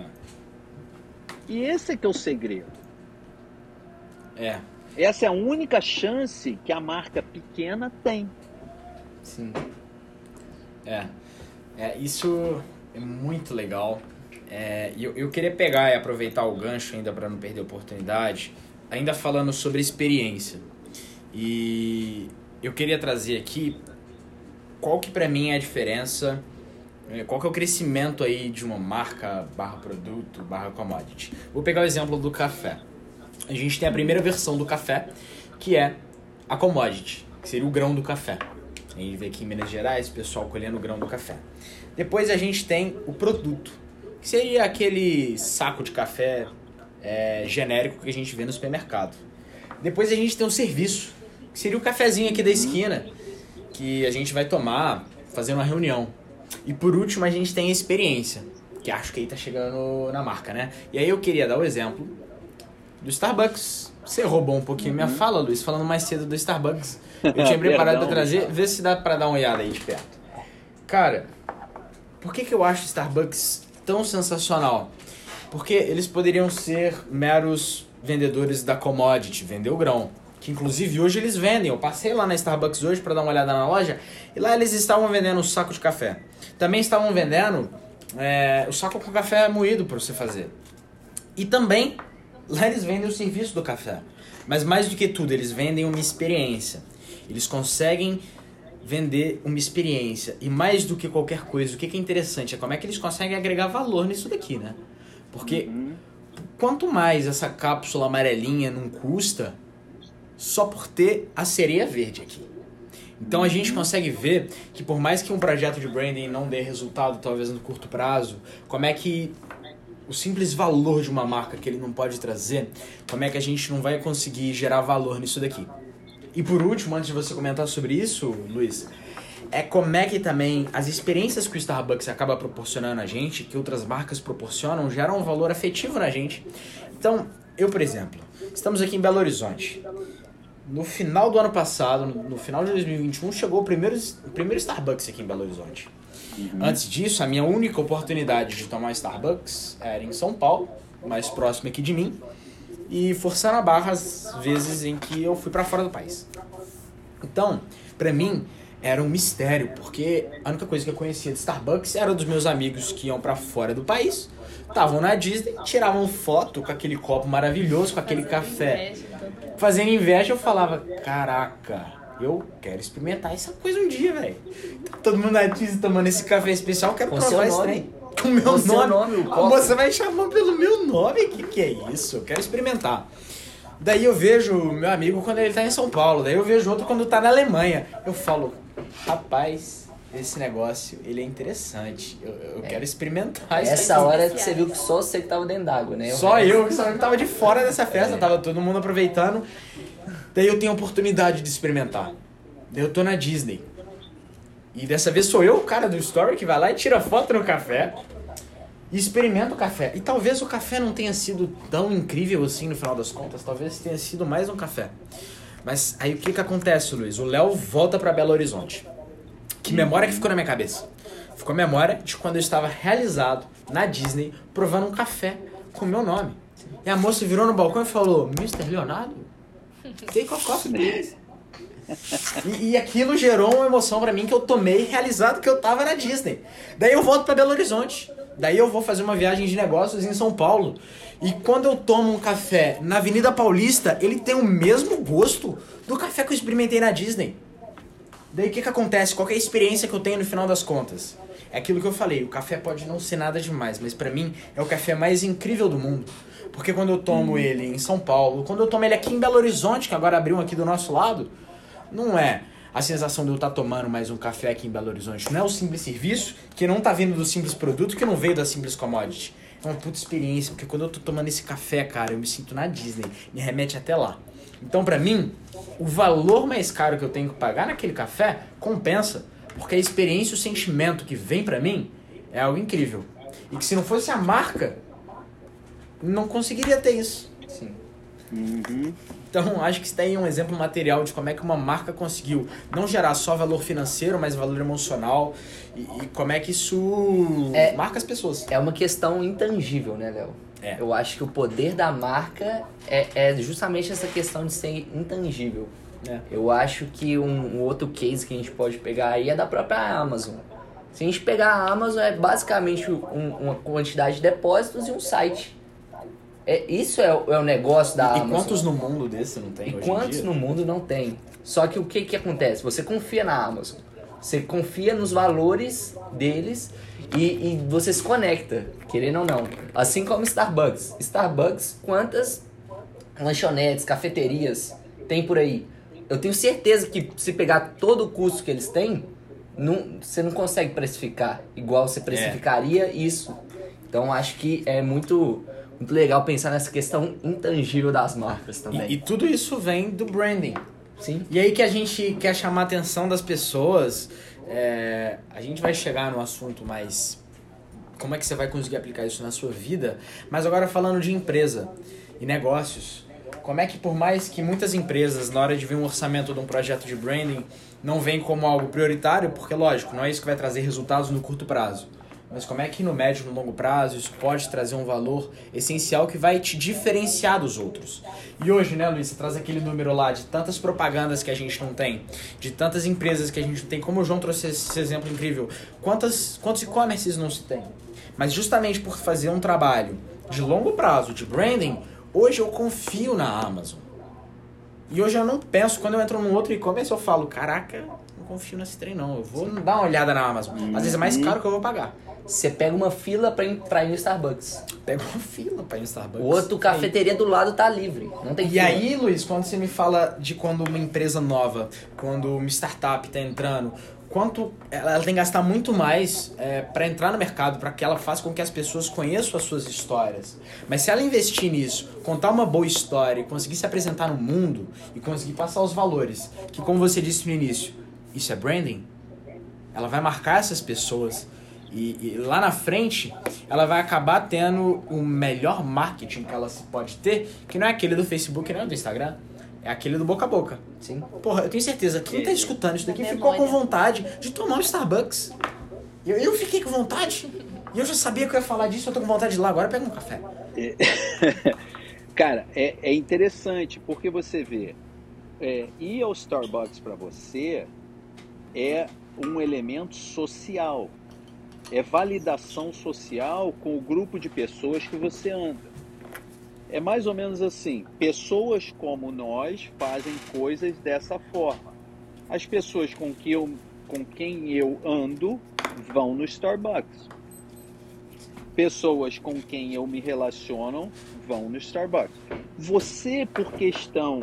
E esse é que é o segredo. Essa é a única chance que a marca pequena tem. Sim. Isso é muito legal. Eu queria pegar e aproveitar o gancho ainda para não perder a oportunidade, ainda falando sobre experiência. E eu queria trazer aqui qual que para mim é a diferença, qual que é o crescimento aí de uma marca /produto /commodity. Vou pegar o exemplo do café. A gente tem a primeira versão do café, que é a commodity, que seria o grão do café. A gente vê aqui em Minas Gerais o pessoal colhendo o grão do café. Depois a gente tem o produto, que seria aquele saco de café genérico que a gente vê no supermercado. Depois a gente tem o serviço, que seria o cafezinho aqui da esquina, que a gente vai tomar fazendo uma reunião. E por último a gente tem a experiência, que acho que aí tá chegando na marca, né? E aí eu queria dar o exemplo do Starbucks. Você roubou um pouquinho minha fala, Luiz, falando mais cedo do Starbucks. Eu tinha preparado pra trazer, vê se dá pra dar uma olhada aí de perto. Cara, por que eu acho Starbucks tão sensacional? Porque eles poderiam ser meros vendedores da commodity, vender o grão. Que inclusive hoje eles vendem. Eu passei lá na Starbucks hoje para dar uma olhada na loja e lá eles estavam vendendo o saco de café. Também estavam vendendo o saco com café moído para você fazer. E também lá eles vendem o serviço do café. Mas mais do que tudo, eles vendem uma experiência. Eles conseguem vender uma experiência. E mais do que qualquer coisa, o que é interessante é como é que eles conseguem agregar valor nisso daqui, né? Porque quanto mais essa cápsula amarelinha não custa, só por ter a sereia verde aqui. Então a gente consegue ver que por mais que um projeto de branding não dê resultado, talvez no curto prazo, como é que o simples valor de uma marca que ele não pode trazer, como é que a gente não vai conseguir gerar valor nisso daqui. E por último, antes de você comentar sobre isso, Luiz, como é que também as experiências que o Starbucks acaba proporcionando a gente, que outras marcas proporcionam, geram um valor afetivo na gente. Então, eu, por exemplo, estamos aqui em Belo Horizonte. No final do ano passado, no final de 2021, chegou o primeiro Starbucks aqui em Belo Horizonte. Antes disso, a minha única oportunidade de tomar Starbucks era em São Paulo, mais próximo aqui de mim, e forçando a barra às vezes em que eu fui para fora do país. Então, para mim, era um mistério, porque a única coisa que eu conhecia de Starbucks era dos meus amigos que iam para fora do país, estavam na Disney, tiravam foto com aquele copo maravilhoso, com aquele café. Fazendo inveja, eu falava, caraca, eu quero experimentar essa coisa um dia, velho. Todo mundo na Disney tomando esse café especial, eu quero provar esse trem. Com o meu nome. A moça vai chamar pelo meu nome, que é isso? Eu quero experimentar. Daí eu vejo meu amigo quando ele tá em São Paulo, daí eu vejo outro quando tá na Alemanha. Eu falo, rapaz, esse negócio, ele é interessante. Eu quero experimentar isso. Essa hora que você viu que só você que tava dentro d'água, né? Só eu que tava de fora dessa festa, tava todo mundo aproveitando. Daí eu tenho a oportunidade de experimentar. Daí eu tô na Disney. E dessa vez sou eu o cara do story que vai lá e tira foto no café e experimenta o café. E talvez o café não tenha sido tão incrível assim no final das contas, talvez tenha sido mais um café. Mas aí o que acontece, Luiz? O Léo volta pra Belo Horizonte. Que memória que ficou na minha cabeça? Ficou a memória de quando eu estava realizado na Disney provando um café com o meu nome. E a moça virou no balcão e falou, Mr. Leonardo, take a coffee, please. E aquilo gerou uma emoção pra mim que eu tomei realizado que eu tava na Disney. Daí eu volto pra Belo Horizonte. Daí eu vou fazer uma viagem de negócios em São Paulo. E quando eu tomo um café na Avenida Paulista, ele tem o mesmo gosto do café que eu experimentei na Disney. Daí o que acontece? Qual que é a experiência que eu tenho no final das contas? É aquilo que eu falei, o café pode não ser nada demais, mas pra mim é o café mais incrível do mundo. Porque quando eu tomo ele em São Paulo, quando eu tomo ele aqui em Belo Horizonte, que agora abriu um aqui do nosso lado, não é a sensação de eu estar tomando mais um café aqui em Belo Horizonte. Não é o simples serviço, que não tá vindo do simples produto, que não veio da simples commodity. É uma puta experiência, porque quando eu tô tomando esse café, cara, eu me sinto na Disney. Me remete até lá. Então, pra mim, o valor mais caro que eu tenho que pagar naquele café compensa. Porque a experiência e o sentimento que vem pra mim é algo incrível. E que se não fosse a marca, não conseguiria ter isso. Sim. Então, acho que isso daí é um exemplo material de como é que uma marca conseguiu não gerar só valor financeiro, mas valor emocional e como é que isso marca as pessoas. É uma questão intangível, né, Léo? Eu acho que o poder da marca é justamente essa questão de ser intangível. Eu acho que um outro case que a gente pode pegar aí é da própria Amazon. Se a gente pegar a Amazon, é basicamente uma quantidade de depósitos e um site. Isso é o negócio da Amazon. E quantos no mundo desse não tem hoje em dia? Quantos no mundo não tem? Só que o que acontece? Você confia na Amazon. Você confia nos valores deles e você se conecta, querendo ou não. Assim como Starbucks. Starbucks, quantas lanchonetes, cafeterias tem por aí? Eu tenho certeza que se pegar todo o custo que eles têm, você não consegue precificar igual você precificaria isso. Então acho que é muito legal pensar nessa questão intangível das marcas também. E tudo isso vem do branding. Sim. E aí que a gente quer chamar a atenção das pessoas, a gente vai chegar no assunto mais... Como é que você vai conseguir aplicar isso na sua vida? Mas agora falando de empresa e negócios, como é que por mais que muitas empresas, na hora de ver um orçamento de um projeto de branding, não vem como algo prioritário, porque lógico, não é isso que vai trazer resultados no curto prazo. Mas como é que no médio e no longo prazo isso pode trazer um valor essencial que vai te diferenciar dos outros? E hoje, né, Luiz, você traz aquele número lá de tantas propagandas que a gente não tem, de tantas empresas que a gente não tem, como o João trouxe esse exemplo incrível, quantos e-commerces não se tem? Mas justamente por fazer um trabalho de longo prazo, de branding, hoje eu confio na Amazon. E hoje eu não penso, quando eu entro num outro e-commerce, eu falo, caraca, não confio nesse trem não, eu vou dar uma olhada na Amazon. Às vezes é mais caro que eu vou pagar. Você pega uma fila pra ir no Starbucks. Pega uma fila pra ir no Starbucks. O outro cafeteria do lado tá livre, não tem fila. E aí, Luiz, quando você me fala de quando uma empresa nova, quando uma startup tá entrando, quanto ela tem que gastar muito mais para entrar no mercado, para que ela faça com que as pessoas conheçam as suas histórias. Mas se ela investir nisso, contar uma boa história e conseguir se apresentar no mundo e conseguir passar os valores, que como você disse no início, isso é branding, ela vai marcar essas pessoas e lá na frente ela vai acabar tendo o melhor marketing que ela pode ter, que não é aquele do Facebook, não é do Instagram. É aquele do boca a boca. Sim. Porra, eu tenho certeza, quem tá escutando isso daqui ficou com vontade de tomar um Starbucks. Eu fiquei com vontade. E eu já sabia que eu ia falar disso, eu tô com vontade de ir lá agora, pega um café. Cara, é interessante, porque você vê, ir ao Starbucks para você é um elemento social. É validação social com o grupo de pessoas que você anda. É mais ou menos assim, pessoas como nós fazem coisas dessa forma. As pessoas com quem eu ando vão no Starbucks. Pessoas com quem eu me relaciono vão no Starbucks. Você, por questão,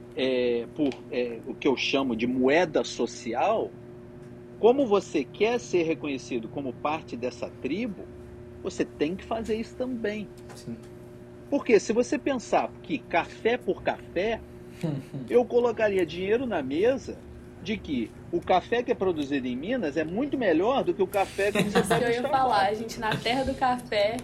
o que eu chamo de moeda social, como você quer ser reconhecido como parte dessa tribo, você tem que fazer isso também. Sim. Porque se você pensar que café por café, eu colocaria dinheiro na mesa de que o café que é produzido em Minas é muito melhor do que o café que você Isso que eu ia falar, a gente na terra do café.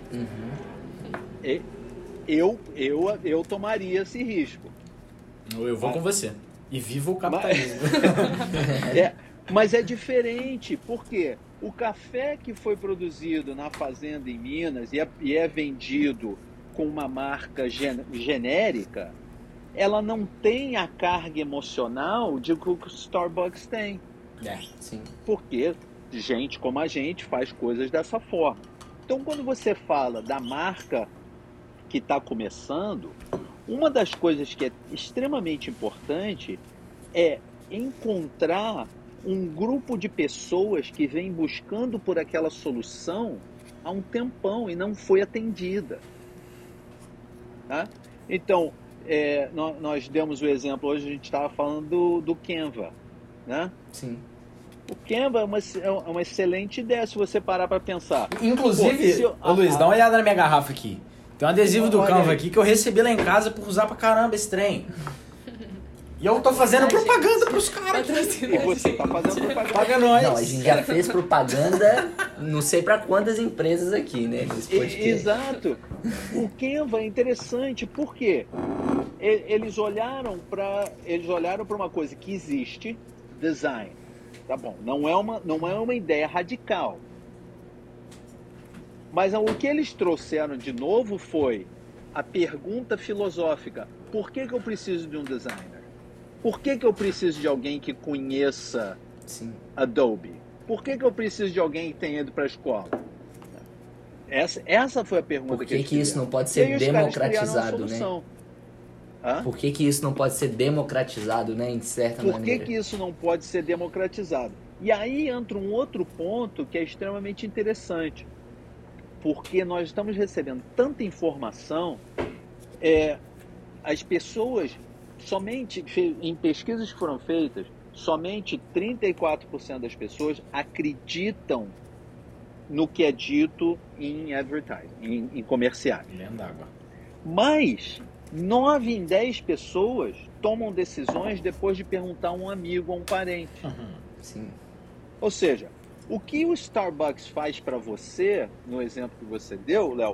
Eu tomaria esse risco. Eu vou com você. E viva o capitalismo. Mas é diferente, porque o café que foi produzido na fazenda em Minas e é vendido com uma marca genérica, ela não tem a carga emocional de que o Starbucks tem. Sim. Porque gente como a gente faz coisas dessa forma. Então, quando você fala da marca que está começando, uma das coisas que é extremamente importante é encontrar um grupo de pessoas que vem buscando por aquela solução há um tempão e não foi atendida. Tá? Então, nós demos o exemplo, hoje a gente estava falando do Canva, né? Sim. O Canva é uma excelente ideia se você parar para pensar. Inclusive, Luiz, dá uma olhada na minha garrafa aqui. Tem um adesivo do Canva aqui que eu recebi lá em casa por usar pra caramba esse trem. E eu tô fazendo propaganda pros caras. E você tá fazendo propaganda. Paga nós. Não, a gente já fez propaganda, não sei pra quantas empresas aqui, né? Nesse podcast. Exato. O Canva é interessante, por quê? eles olharam para uma coisa que existe, design. Tá bom, não é uma ideia radical. Mas o que eles trouxeram de novo foi a pergunta filosófica: por que eu preciso de um designer? Por que eu preciso de alguém que conheça Adobe? Por que eu preciso de alguém que tenha ido para a escola? Essa foi a pergunta Por que eles que isso fizeram. não pode ser democratizado, né? Hã? Por que isso não pode ser democratizado, né, em certa maneira? Por que isso não pode ser democratizado? E aí entra um outro ponto que é extremamente interessante. Porque nós estamos recebendo tanta informação, as pessoas, somente em pesquisas que foram feitas, somente 34% das pessoas acreditam no que é dito em advertising, em comerciais. Mas 9 em 10 pessoas tomam decisões depois de perguntar a um amigo ou um parente. Sim. Ou seja, o que o Starbucks faz para você, no exemplo que você deu, Léo,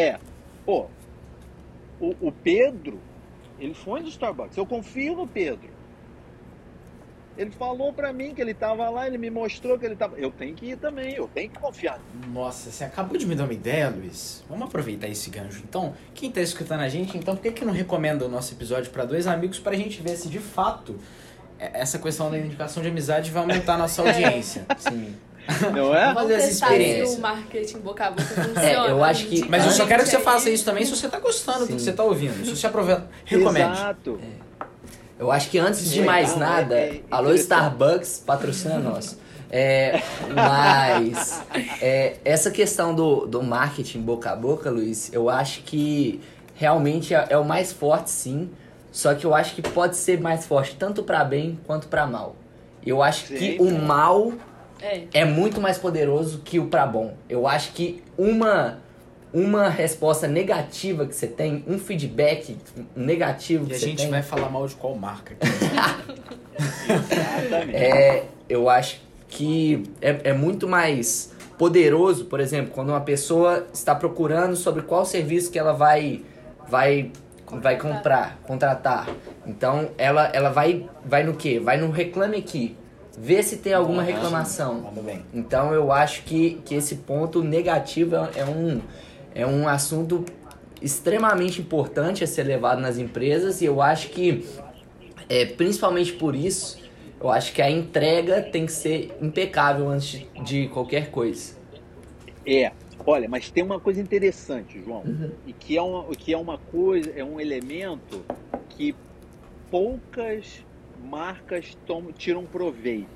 o Pedro, ele foi no Starbucks, eu confio no Pedro. Ele falou para mim que ele estava lá, ele me mostrou que ele estava... Eu tenho que ir também, eu tenho que confiar. Nossa, você acabou de me dar uma ideia, Luiz. Vamos aproveitar esse gancho. Então, quem está escutando a gente, então, por que não recomenda o nosso episódio para 2 amigos para a gente ver se de fato essa questão da indicação de amizade vai aumentar a nossa audiência? Sim. Não é? Vamos Fazer essa testar se experiência. o marketing boca a boca funciona. Eu acho que... Mas eu só quero que você Aí- faça isso também se você está gostando do que você está ouvindo. Se você aproveita, recomende. Exato. Eu acho que antes de mais nada, alô Starbucks, patrocina nós. Mas essa questão do marketing boca a boca, Luiz, eu acho que realmente é o mais forte, sim. Só que eu acho que pode ser mais forte tanto para bem quanto para mal. Eu acho que o mal é muito mais poderoso que o para bom. Eu acho que uma resposta negativa que você tem, um feedback negativo que E a você gente tem... vai falar mal de qual marca aqui. eu acho que é muito mais poderoso, por exemplo, quando uma pessoa está procurando sobre qual serviço que ela vai contratar. Então, ela vai no quê? Vai no Reclame Aqui. Ver se tem alguma reclamação. Manda bem. Então, eu acho que esse ponto negativo é um assunto extremamente importante a ser levado nas empresas, e eu acho que, principalmente por isso, eu acho que a entrega tem que ser impecável antes de qualquer coisa. Olha, mas tem uma coisa interessante, João, e que é uma coisa, é um elemento que poucas marcas tiram proveito.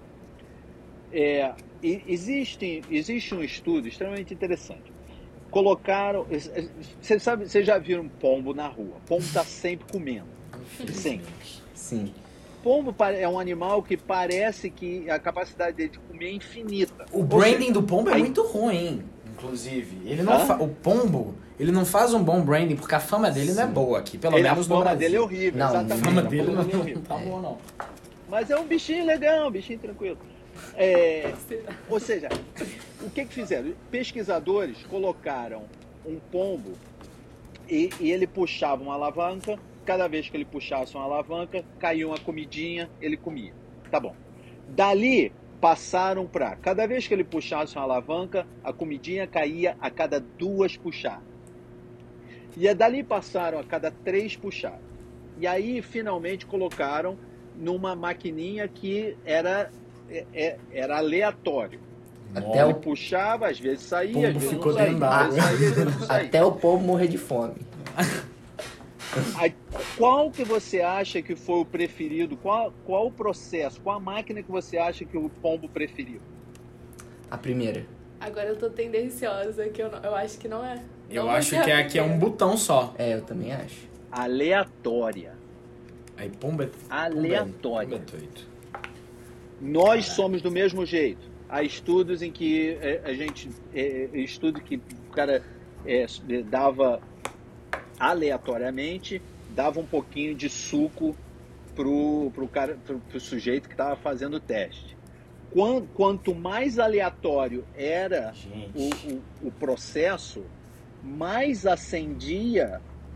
Existe um estudo extremamente interessante. Colocaram, você já viu um pombo na rua? Pombo está sempre comendo, sempre. Sim. Pombo é um animal que parece que a capacidade dele de comer é infinita. O branding do pombo é muito ruim, inclusive. Ele não o pombo, ele não faz um bom branding porque a fama dele não é boa aqui, pelo menos no A fama Brasil. dele é horrível, Não, exatamente. A fama dele A fama não é horrível. tá boa, não. Mas é um bichinho legal, um bichinho tranquilo. Ou seja, o que fizeram? Pesquisadores colocaram um pombo e ele puxava uma alavanca. Cada vez que ele puxasse uma alavanca, caía uma comidinha, ele comia. Tá bom. Dali, passaram para... Cada vez que ele puxasse uma alavanca, a comidinha caía a cada 2 puxadas. E dali passaram a cada 3 puxadas. E aí, finalmente, colocaram numa maquininha que era aleatório. Até Ele o puxava, às vezes saía, Pombo às vezes ficou não saía. dentro da Às água. vezes saía, às vezes não saía. Até o povo morrer de fome. Aí, qual que você acha que foi o preferido? Qual o processo? Qual a máquina que você acha que o pombo preferiu? A primeira. Agora eu tô tendenciosa, que eu acho que não é. Eu Não vai acho ser a que aqui é um primeira. botão só. Eu também acho. Aleatória. Aí pombo é... Aleatória. Pombo é doido. Nós somos do mesmo jeito. Há estudos em que estudo que o cara dava aleatoriamente, dava um pouquinho de suco pro sujeito que estava fazendo o teste. Quanto mais aleatório era o processo, mais acendia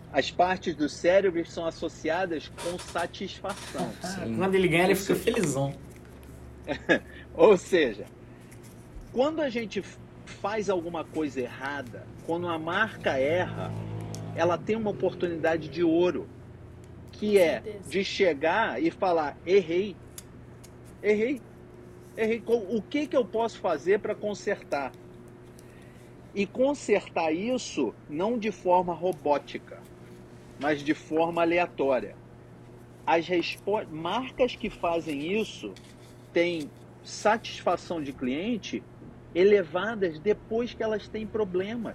As partes do cérebro são associadas com satisfação. Quando ele ganha, ele fica felizão. Ou seja, quando a gente faz alguma coisa errada, quando a marca erra, ela tem uma oportunidade de ouro, que é de chegar e falar: errei. O que eu posso fazer para consertar? E consertar isso não de forma robótica, mas de forma aleatória. As marcas que fazem isso têm satisfação de cliente elevadas depois que elas têm problemas.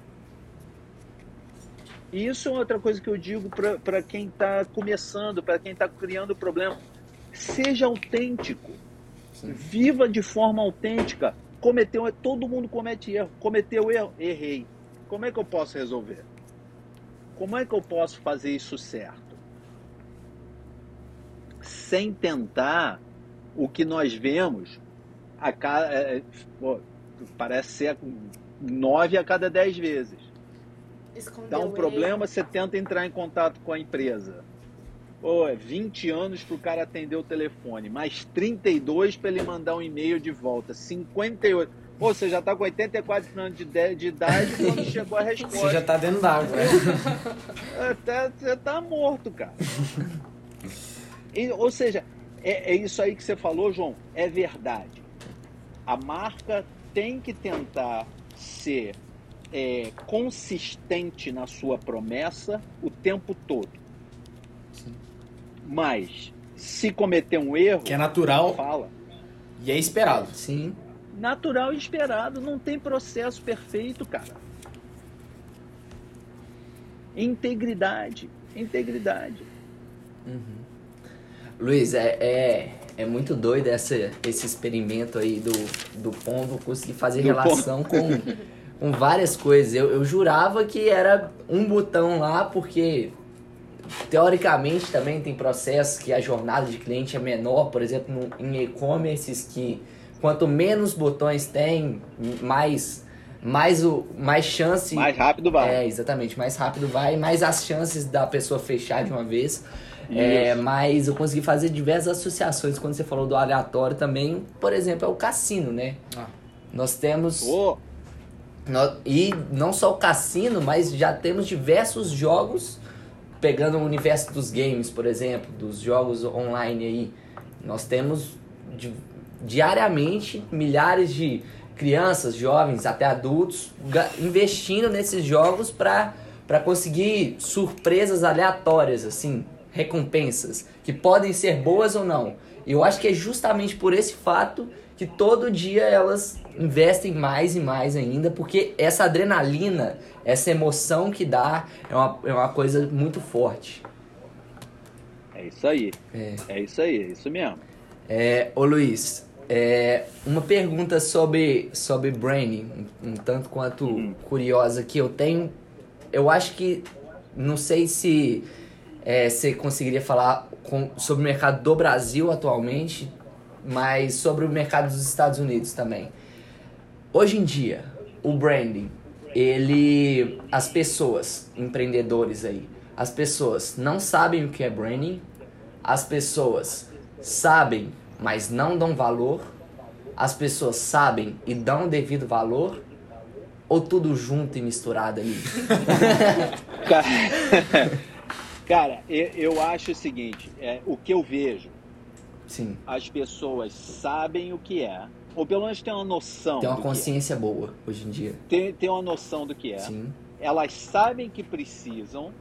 E isso é outra coisa que eu digo para quem está começando, para quem está criando problema. Seja autêntico. Sim. Viva de forma autêntica. Todo mundo comete erro. Cometeu erro? Errei. Como é que eu posso resolver? Como é que eu posso fazer isso certo? Sem tentar o que nós vemos parece ser 9 a cada 10 vezes. Dá um problema, você tenta entrar em contato com a empresa. 20 anos para o cara atender o telefone, mais 32 para ele mandar um e-mail de volta, 58. Você já está com 84 anos de idade quando chegou a resposta. Você já está dentro d'água. Você está morto, cara. Ou seja, é isso aí que você falou, João, é verdade. A marca tem que tentar ser consistente na sua promessa o tempo todo. Sim. Mas, se cometer um erro... Que é natural fala. E é esperado. Sim. Natural e esperado. Não tem processo perfeito, cara. Integridade. Uhum. Luiz, é muito doido esse experimento aí do pombo conseguir fazer relação com várias coisas. Eu jurava que era um botão lá, porque teoricamente também tem processos que a jornada de cliente é menor, por exemplo, em e-commerces, que quanto menos botões tem, mais chance... Mais rápido vai. Exatamente, mais rápido vai, mais as chances da pessoa fechar de uma vez. Mas eu consegui fazer diversas associações. Quando você falou do aleatório também, por exemplo, é o cassino, né? Nós temos... E não só o cassino, mas já temos diversos jogos, pegando o universo dos games, por exemplo, dos jogos online aí. Nós temos diariamente milhares de crianças, jovens, até adultos, investindo nesses jogos para conseguir surpresas aleatórias, assim, recompensas, que podem ser boas ou não. E eu acho que é justamente por esse fato que todo dia elas investem mais e mais ainda, porque essa adrenalina, essa emoção que dá é uma coisa muito forte. É isso aí. É isso mesmo. Ô Luiz, uma pergunta sobre branding, um tanto quanto curiosa que eu tenho. Eu acho que, não sei se você conseguiria falar sobre o mercado do Brasil atualmente, mas sobre o mercado dos Estados Unidos também. Hoje em dia, o branding, as pessoas, empreendedores aí, as pessoas não sabem o que é branding, as pessoas sabem, mas não dão valor, as pessoas sabem e dão o devido valor, ou tudo junto e misturado ali? Cara, eu acho o seguinte, o que eu vejo, sim, as pessoas sabem o que é, ou pelo menos tem uma noção. Tem uma consciência boa hoje em dia. Tem uma noção do que é. Sim. Elas sabem que precisam.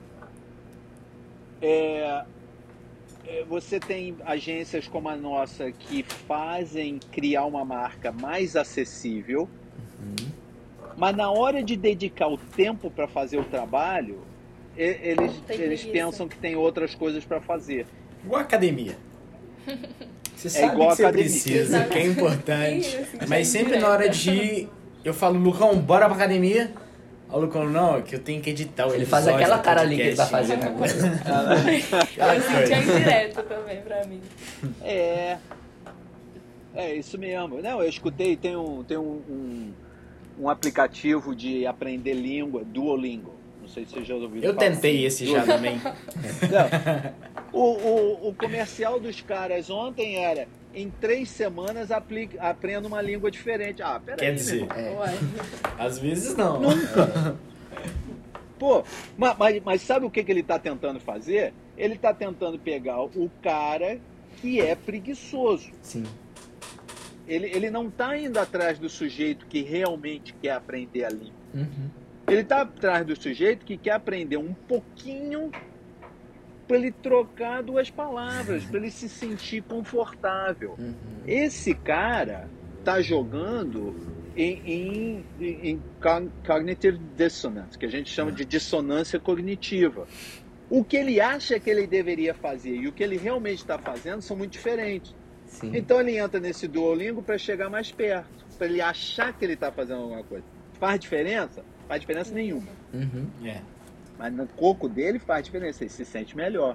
Você tem agências como a nossa que fazem criar uma marca mais acessível, mas na hora de dedicar o tempo para fazer o trabalho, eles pensam que tem outras coisas para fazer. Igual a academia. Você sabe igual que você precisa, que é importante. Mas sempre na hora de ir, eu falo, Lucão, bora pra academia. Aí o Lucão, não, que eu tenho que editar o episódio. Ele faz aquela cara ali que ele tá fazendo agora. Eu senti a indireta também pra mim. É isso mesmo. Não, eu escutei, tem um aplicativo de aprender língua, Duolingo. Não sei se você já ouviu Eu falar. tentei esse já também. Não. O comercial dos caras ontem era: em 3 semanas aprenda uma língua diferente. Ah, peraí. Quer dizer, Uai. às vezes não. Nunca. Pô, mas sabe o que ele tá tentando fazer? Ele tá tentando pegar o cara que é preguiçoso. Sim. Ele não tá indo atrás do sujeito que realmente quer aprender a língua. Uhum. Ele tá atrás do sujeito que quer aprender um pouquinho para ele trocar 2 palavras, para ele se sentir confortável. Uhum. Esse cara tá jogando em cognitive dissonance, que a gente chama de dissonância cognitiva. O que ele acha que ele deveria fazer e o que ele realmente está fazendo são muito diferentes. Sim. Então ele entra nesse Duolingo para chegar mais perto, para ele achar que ele está fazendo alguma coisa. Faz diferença? Faz diferença nenhuma. Uhum. É. Mas no coco dele faz diferença, ele se sente melhor.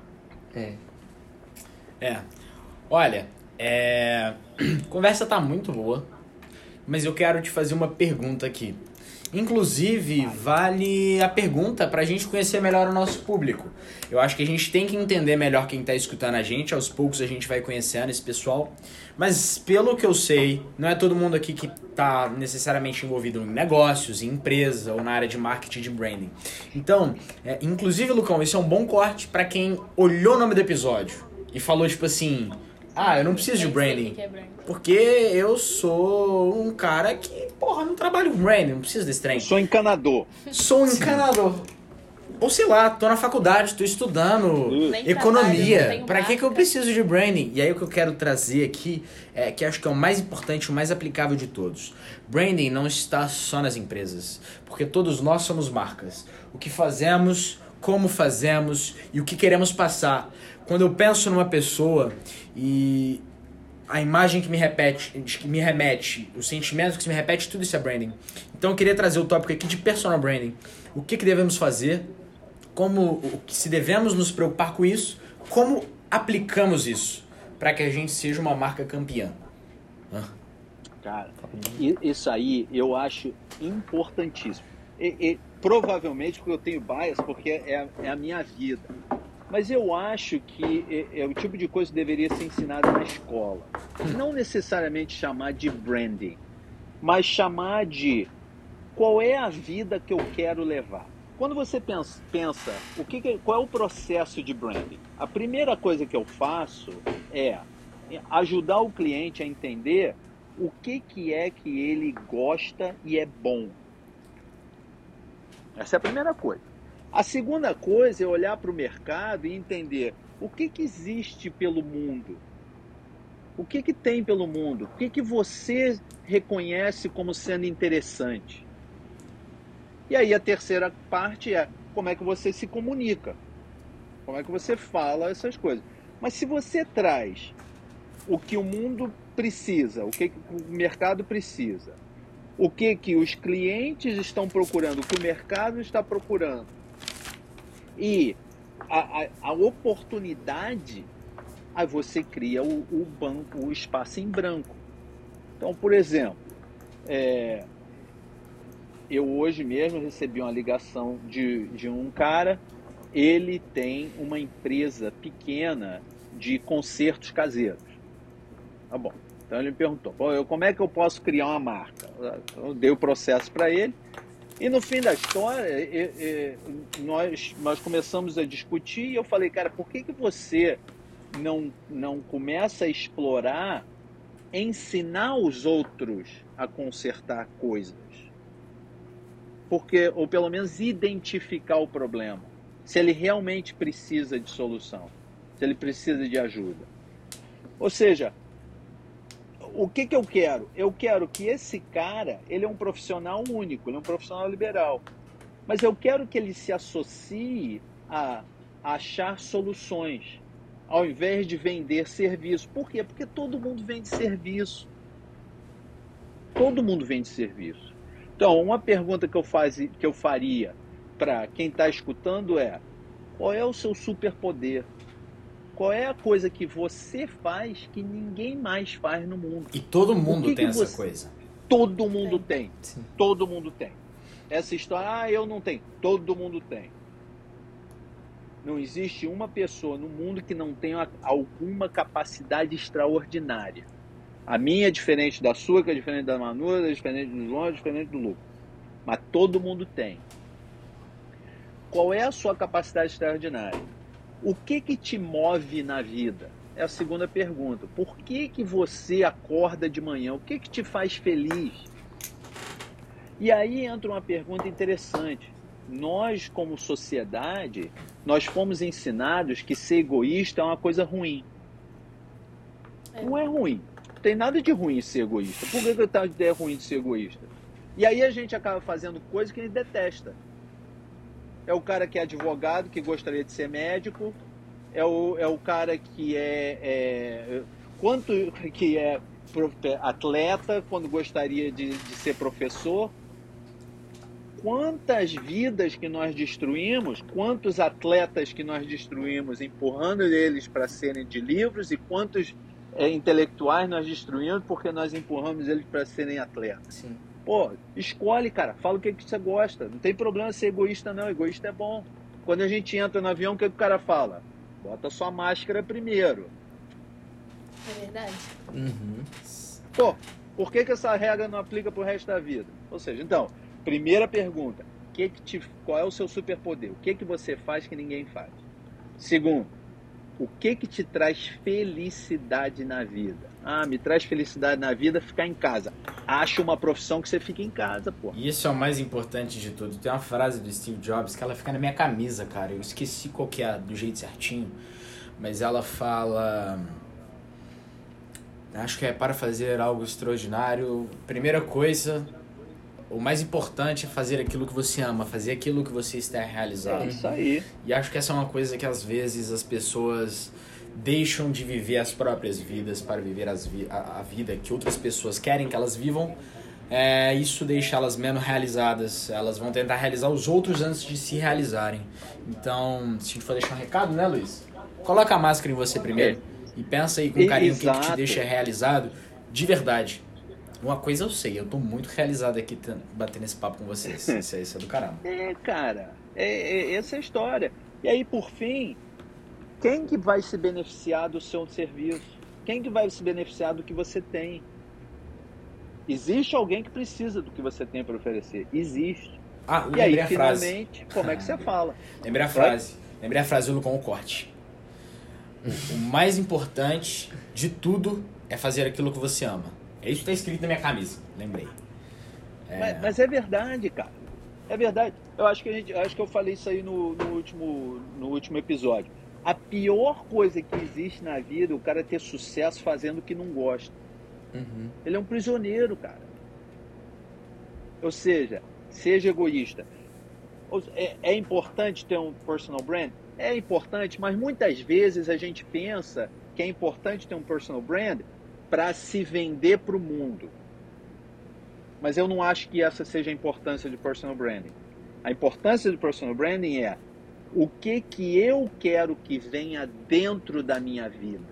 Olha, a conversa tá muito boa, mas eu quero te fazer uma pergunta aqui. Inclusive, vale a pergunta pra gente conhecer melhor o nosso público. Eu acho que a gente tem que entender melhor quem tá escutando a gente. Aos poucos a gente vai conhecendo esse pessoal. Mas pelo que eu sei, não é todo mundo aqui que tá necessariamente envolvido em negócios, em empresa ou na área de marketing e de branding. Então, inclusive, Lucão, isso é um bom corte pra quem olhou o nome do episódio e falou tipo assim: ah, eu não preciso de branding. Porque eu sou um cara que, não trabalho com branding, não preciso desse trem. Eu sou encanador. Sou um encanador. Ou sei lá, tô na faculdade, tô estudando Nem economia. trabalho, não Pra tenho que eu marca. preciso de branding? E aí o que eu quero trazer aqui que acho que é o mais importante, o mais aplicável de todos. Branding não está só nas empresas, porque todos nós somos marcas. O que fazemos, como fazemos e o que queremos passar. Quando eu penso numa pessoa e a imagem que me remete, o sentimento que se me repete, tudo isso é branding. Então eu queria trazer o tópico aqui de personal branding. O que devemos fazer, se devemos nos preocupar com isso, como aplicamos isso para que a gente seja uma marca campeã. Cara, isso aí eu acho importantíssimo. Provavelmente porque eu tenho bias, porque é a minha vida. Mas eu acho que é o tipo de coisa que deveria ser ensinada na escola. Não necessariamente chamar de branding, mas chamar de qual é a vida que eu quero levar. Quando você pensa qual é o processo de branding? A primeira coisa que eu faço é ajudar o cliente a entender o que é que ele gosta e é bom. Essa é a primeira coisa. A segunda coisa é olhar para o mercado e entender o que existe pelo mundo. O que tem pelo mundo? O que você reconhece como sendo interessante? E aí a terceira parte é como é que você se comunica. Como é que você fala essas coisas. Mas se você traz o que o mundo precisa, o que o mercado precisa, o que os clientes estão procurando, o que o mercado está procurando, e a oportunidade, aí você cria o espaço em branco. Então, por exemplo, eu hoje mesmo recebi uma ligação de um cara, ele tem uma empresa pequena de concertos caseiros. Tá bom. Então ele me perguntou, como é que eu posso criar uma marca? Eu dei o processo para ele. E no fim da história, nós começamos a discutir e eu falei, cara, por que você não começa a explorar, ensinar os outros a consertar coisas? Ou pelo menos identificar o problema. Se ele realmente precisa de solução. Se ele precisa de ajuda. Ou seja, o que eu quero? Eu quero que esse cara, ele é um profissional único, ele é um profissional liberal. Mas eu quero que ele se associe a achar soluções, ao invés de vender serviço. Por quê? Porque todo mundo vende serviço. Todo mundo vende serviço. Então, uma pergunta que eu faria para quem está escutando é: qual é o seu superpoder? Qual é a coisa que você faz que ninguém mais faz no mundo? E todo mundo tem essa coisa. Todo mundo tem. Sim. Todo mundo tem. Essa história, eu não tenho. Todo mundo tem. Não existe uma pessoa no mundo que não tenha alguma capacidade extraordinária. A minha é diferente da sua, que é diferente da Manu, é diferente do João, é diferente do Lucas. Mas todo mundo tem. Qual é a sua capacidade extraordinária? O que te move na vida? É a segunda pergunta. Por que você acorda de manhã? O que te faz feliz? E aí entra uma pergunta interessante. Nós, como sociedade, nós fomos ensinados que ser egoísta é uma coisa ruim. Não é ruim. Não tem nada de ruim em ser egoísta. Por que é ruim de ser egoísta? E aí a gente acaba fazendo coisas que a gente detesta. É o cara que é advogado, que gostaria de ser médico. É o cara que é atleta, quando gostaria de ser professor. Quantas vidas que nós destruímos, quantos atletas que nós destruímos empurrando eles para serem de livros e quantos intelectuais nós destruímos porque nós empurramos eles para serem atletas. Sim. Pô, escolhe, cara, fala o que você gosta. Não tem problema ser egoísta, não. Egoísta é bom. Quando a gente entra no avião, o que o cara fala? Bota sua máscara primeiro. É verdade. Uhum. Pô, por que essa regra não aplica pro resto da vida? Ou seja, então, primeira pergunta, qual é o seu superpoder? O que você faz que ninguém faz? Segundo, o que te traz felicidade na vida? Me traz felicidade na vida ficar em casa. Acha uma profissão que você fique em casa, pô. E isso é o mais importante de tudo. Tem uma frase do Steve Jobs que ela fica na minha camisa, cara. Eu esqueci qual que é do jeito certinho. Mas ela fala... Acho que é para fazer algo extraordinário. Primeira coisa... O mais importante é fazer aquilo que você ama, fazer aquilo que você está realizando. É isso aí. E acho que essa é uma coisa que às vezes as pessoas deixam de viver as próprias vidas para viver a vida que outras pessoas querem que elas vivam. Isso deixa elas menos realizadas. Elas vão tentar realizar os outros antes de se realizarem. Então, se a gente for deixar um recado, né, Luiz? Coloca a máscara em você primeiro e pensa aí com carinho o que te deixa realizado de verdade. Uma coisa eu sei, eu tô muito realizado aqui batendo esse papo com vocês. Isso é do caramba. Cara, essa é a história. E aí, por fim, quem que vai se beneficiar do seu serviço? Quem que vai se beneficiar do que você tem? Existe alguém que precisa do que você tem para oferecer? Existe. E aí, finalmente, como é que você fala? Lembrei a frase do Lucão Corte. O mais importante de tudo é fazer aquilo que você ama. É isso que está escrito na minha camisa, lembrei. Mas é verdade, cara. É verdade. Eu acho que eu falei isso aí no último episódio. A pior coisa que existe na vida é o cara ter sucesso fazendo o que não gosta. Uhum. Ele é um prisioneiro, cara. Ou seja, seja egoísta. É importante ter um personal brand? É importante, mas muitas vezes a gente pensa que é importante ter um personal brand para se vender para o mundo. Mas eu não acho que essa seja a importância de personal branding. A importância do personal branding é o que eu quero que venha dentro da minha vida.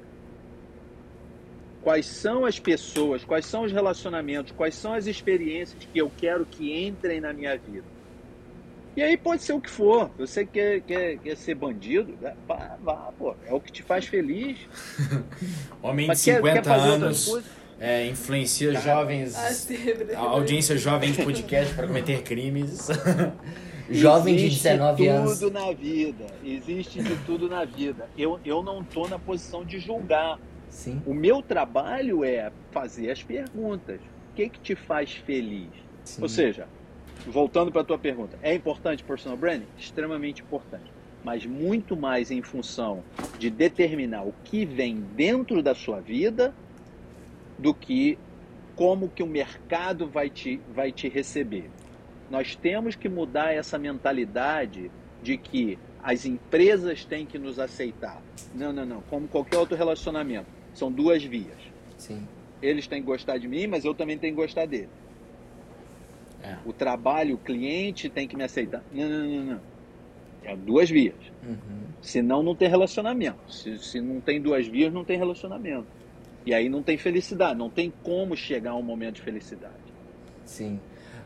Quais são as pessoas, quais são os relacionamentos, quais são as experiências que eu quero que entrem na minha vida. E aí pode ser o que for. Você quer ser bandido? Vá, pô. É o que te faz feliz. Homem de 50 anos influencia jovens, a audiência jovem de podcast para cometer crimes. Jovem de 19 anos. Existe tudo na vida. Existe de tudo na vida. Eu não estou na posição de julgar. Sim. O meu trabalho é fazer as perguntas. O que te faz feliz? Sim. Ou seja, voltando para a tua pergunta, é importante personal branding? Extremamente importante. Mas muito mais em função de determinar o que vem dentro da sua vida do que como que o mercado vai te receber. Nós temos que mudar essa mentalidade de que as empresas têm que nos aceitar. Não. Como qualquer outro relacionamento. São duas vias. Sim. Eles têm que gostar de mim, mas eu também tenho que gostar dele. O trabalho, o cliente tem que me aceitar. Não. É duas vias. Uhum. Senão não tem relacionamento. Se não tem duas vias, não tem relacionamento. E aí não tem felicidade. Não tem como chegar a um momento de felicidade. Sim.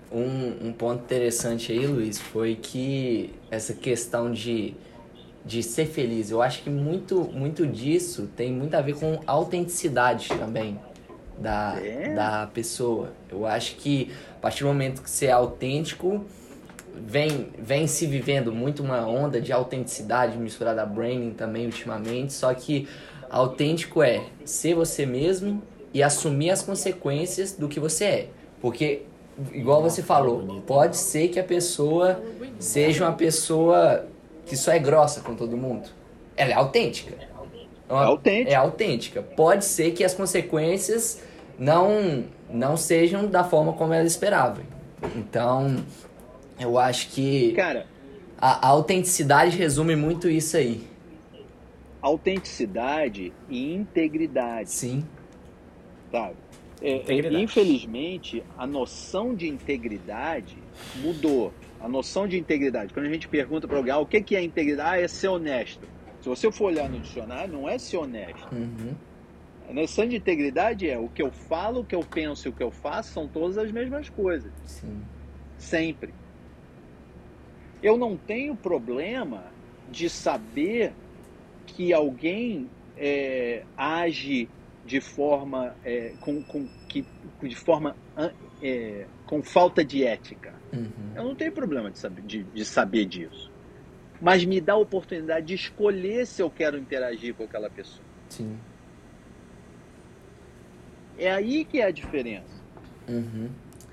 Um ponto interessante aí, Luiz, foi que essa questão de ser feliz, eu acho que muito disso tem muito a ver com autenticidade também da pessoa. Eu acho que a partir do momento que você é autêntico, vem se vivendo muito uma onda de autenticidade misturada a branding também ultimamente, só que autêntico é ser você mesmo e assumir as consequências do que você é. Porque, igual você falou, pode ser que a pessoa seja uma pessoa que só é grossa com todo mundo. Ela é autêntica. É autêntica. Pode ser que as consequências não sejam da forma como ela esperava. Então, eu acho que Cara, a autenticidade resume muito isso aí. autenticidade e integridade, Sim. sabe? Integridade. Infelizmente, a noção de integridade mudou. A noção de integridade, quando a gente pergunta para alguém, o que é integridade? É ser honesto. Se você for olhar no dicionário, não é ser honesto. Uhum. A noção de integridade é o que eu falo, o que eu penso e o que eu faço são todas as mesmas coisas. Sim. Sempre. Eu não tenho problema de saber que alguém age de forma com falta de ética. Uhum. Eu não tenho problema de saber disso. Mas me dá a oportunidade de escolher se eu quero interagir com aquela pessoa. Sim. É aí que é a diferença. Uhum.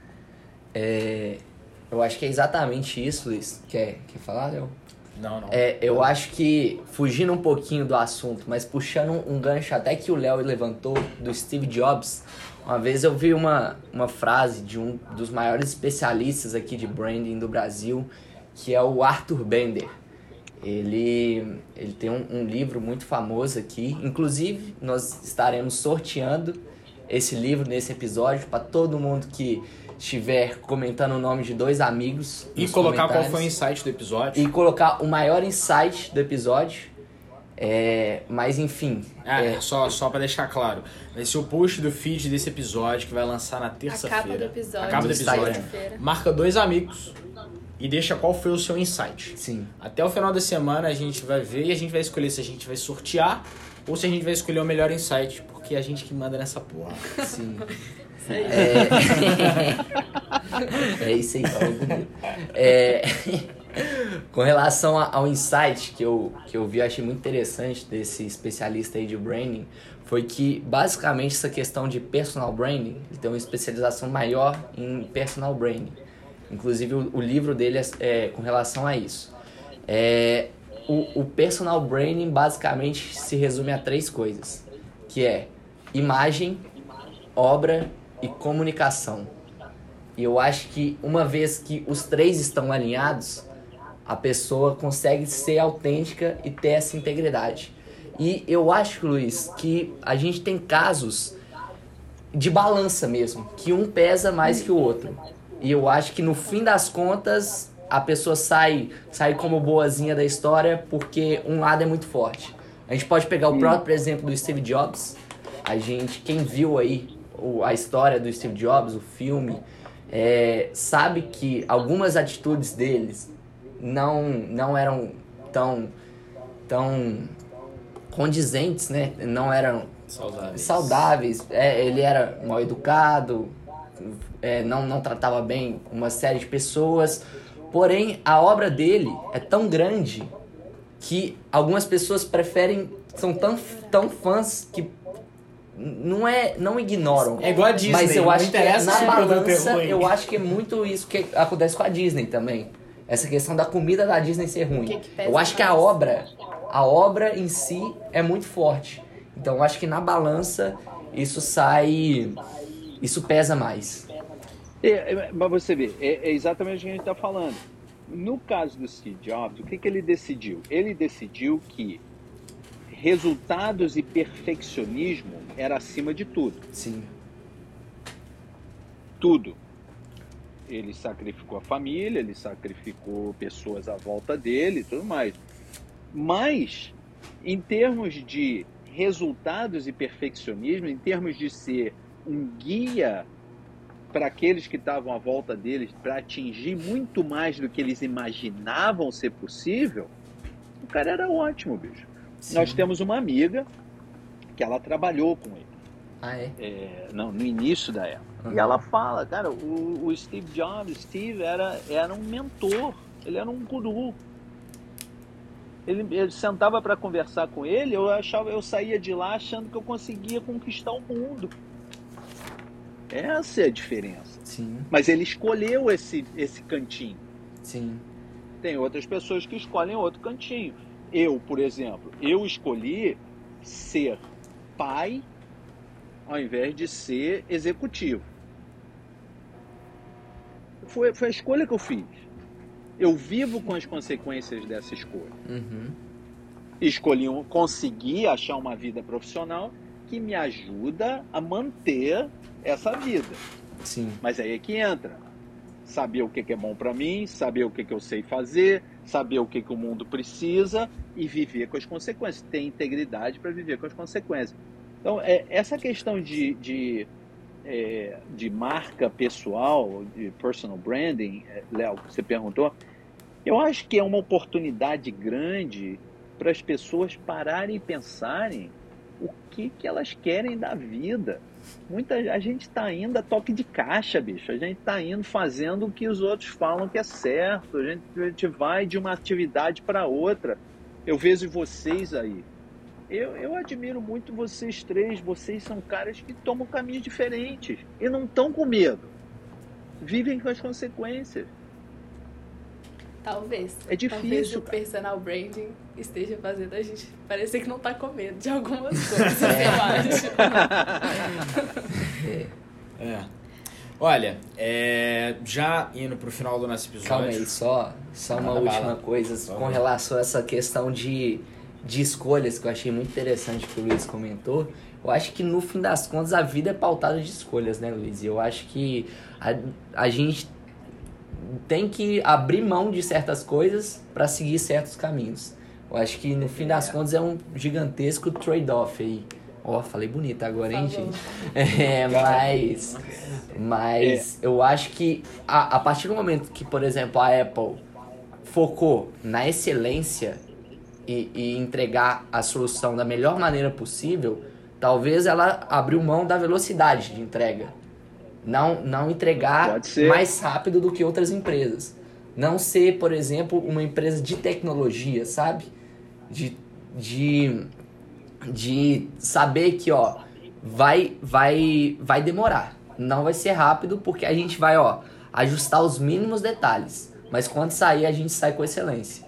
Eu acho que é exatamente isso, Luiz. Quer falar, Léo? Não. Eu acho que, fugindo um pouquinho do assunto, mas puxando um gancho até que o Léo levantou, do Steve Jobs, uma vez eu vi uma frase de um dos maiores especialistas aqui de branding do Brasil, que é o Arthur Bender. Ele tem um livro muito famoso aqui, inclusive nós estaremos sorteando esse livro nesse episódio para todo mundo que estiver comentando o nome de 2 amigos. E colocar qual foi o insight do episódio. E colocar o maior insight do episódio. Mas enfim. Só pra deixar claro. Vai ser o post do feed desse episódio que vai lançar na terça-feira. A capa do episódio. Marca 2 amigos e deixa qual foi o seu insight. Sim. Até o final da semana a gente vai ver e a gente vai escolher se a gente vai sortear ou se a gente vai escolher o melhor insight, porque é a gente que manda nessa porra. Sim. É isso aí, falou bonito. Com relação ao insight que eu vi, eu achei muito interessante desse especialista aí de branding, foi que basicamente essa questão de personal branding, ele tem uma especialização maior em personal branding. Inclusive o livro dele é com relação a isso. O personal branding basicamente se resume a 3 coisas, que é imagem, obra e comunicação. E eu acho que uma vez que os 3 estão alinhados, a pessoa consegue ser autêntica e ter essa integridade. E eu acho, Luiz, que a gente tem casos de balança mesmo, que um pesa mais que o outro. E eu acho que no fim das contas, a pessoa sai como boazinha da história porque um lado é muito forte. A gente pode pegar o próprio exemplo do Steve Jobs. Quem viu aí a história do Steve Jobs, o filme, sabe que algumas atitudes deles não eram tão condizentes, né? Não eram saudáveis. Ele era mal educado, não tratava bem uma série de pessoas. Porém, a obra dele é tão grande que algumas pessoas são tão fãs que não ignoram. É igual a Disney. Mas eu acho que na balança, ruim. eu acho que é muito isso que acontece com a Disney também. Essa questão da comida da Disney ser ruim. Eu acho que a obra em si é muito forte. Então eu acho que na balança isso pesa mais. Mas você vê, é exatamente o que a gente está falando. No caso do Steve Jobs, o que ele decidiu? Ele decidiu que resultados e perfeccionismo era acima de tudo. Sim. Tudo. Ele sacrificou a família, ele sacrificou pessoas à volta dele e tudo mais. Mas, em termos de resultados e perfeccionismo, em termos de ser um guia para aqueles que estavam à volta deles, para atingir muito mais do que eles imaginavam ser possível, o cara era ótimo, bicho. Sim. Nós temos uma amiga que ela trabalhou com ele. Ah, é? No início da época. Uhum. E ela fala, cara, o Steve Jobs, era um mentor, ele era um guru. Ele sentava para conversar com ele, eu saía de lá achando que eu conseguia conquistar o mundo. Essa é a diferença. Sim, Mas ele escolheu esse cantinho. sim. Tem outras pessoas que escolhem outro cantinho. Eu, por exemplo, eu escolhi ser pai ao invés de ser executivo. Foi a escolha que eu fiz. Eu vivo com as consequências dessa escolha. Uhum. Consegui achar uma vida profissional que me ajuda a manter essa vida. Sim. Mas aí é que entra. Saber o que é bom para mim, saber o que eu sei fazer, saber o que o mundo precisa e viver com as consequências. Ter integridade para viver com as consequências. Então, essa questão de marca pessoal, de personal branding, Léo, que você perguntou, eu acho que é uma oportunidade grande para as pessoas pararem e pensarem o que elas querem da vida. A gente está indo a toque de caixa, bicho. A gente está indo fazendo o que os outros falam que é certo. A gente vai de uma atividade para outra. Eu vejo vocês aí. Eu admiro muito vocês três. Vocês são caras que tomam caminhos diferentes e não estão com medo. Vivem com as consequências. Talvez. É difícil, Talvez o cara. personal branding esteja fazendo a gente parecer que não tá com medo de algumas coisas, eu acho. Olha, já indo pro final do nosso episódio... Calma aí, só uma última coisa com relação a essa questão de escolhas que eu achei muito interessante que o Luiz comentou. Eu acho que no fim das contas a vida é pautada de escolhas, né, Luiz? E eu acho que a gente tem que abrir mão de certas coisas para seguir certos caminhos. Eu acho que no fim das contas é um gigantesco trade-off aí. Ó, falei bonito agora, hein, gente? Mas eu acho que a partir do momento que, por exemplo, a Apple focou na excelência e entregar a solução da melhor maneira possível, talvez ela abriu mão da velocidade de entrega. Não entregar mais rápido do que outras empresas. Não ser, por exemplo, uma empresa de tecnologia, sabe? De saber que, ó, vai demorar. Não vai ser rápido porque a gente vai, ó, ajustar os mínimos detalhes. Mas quando sair, a gente sai com excelência.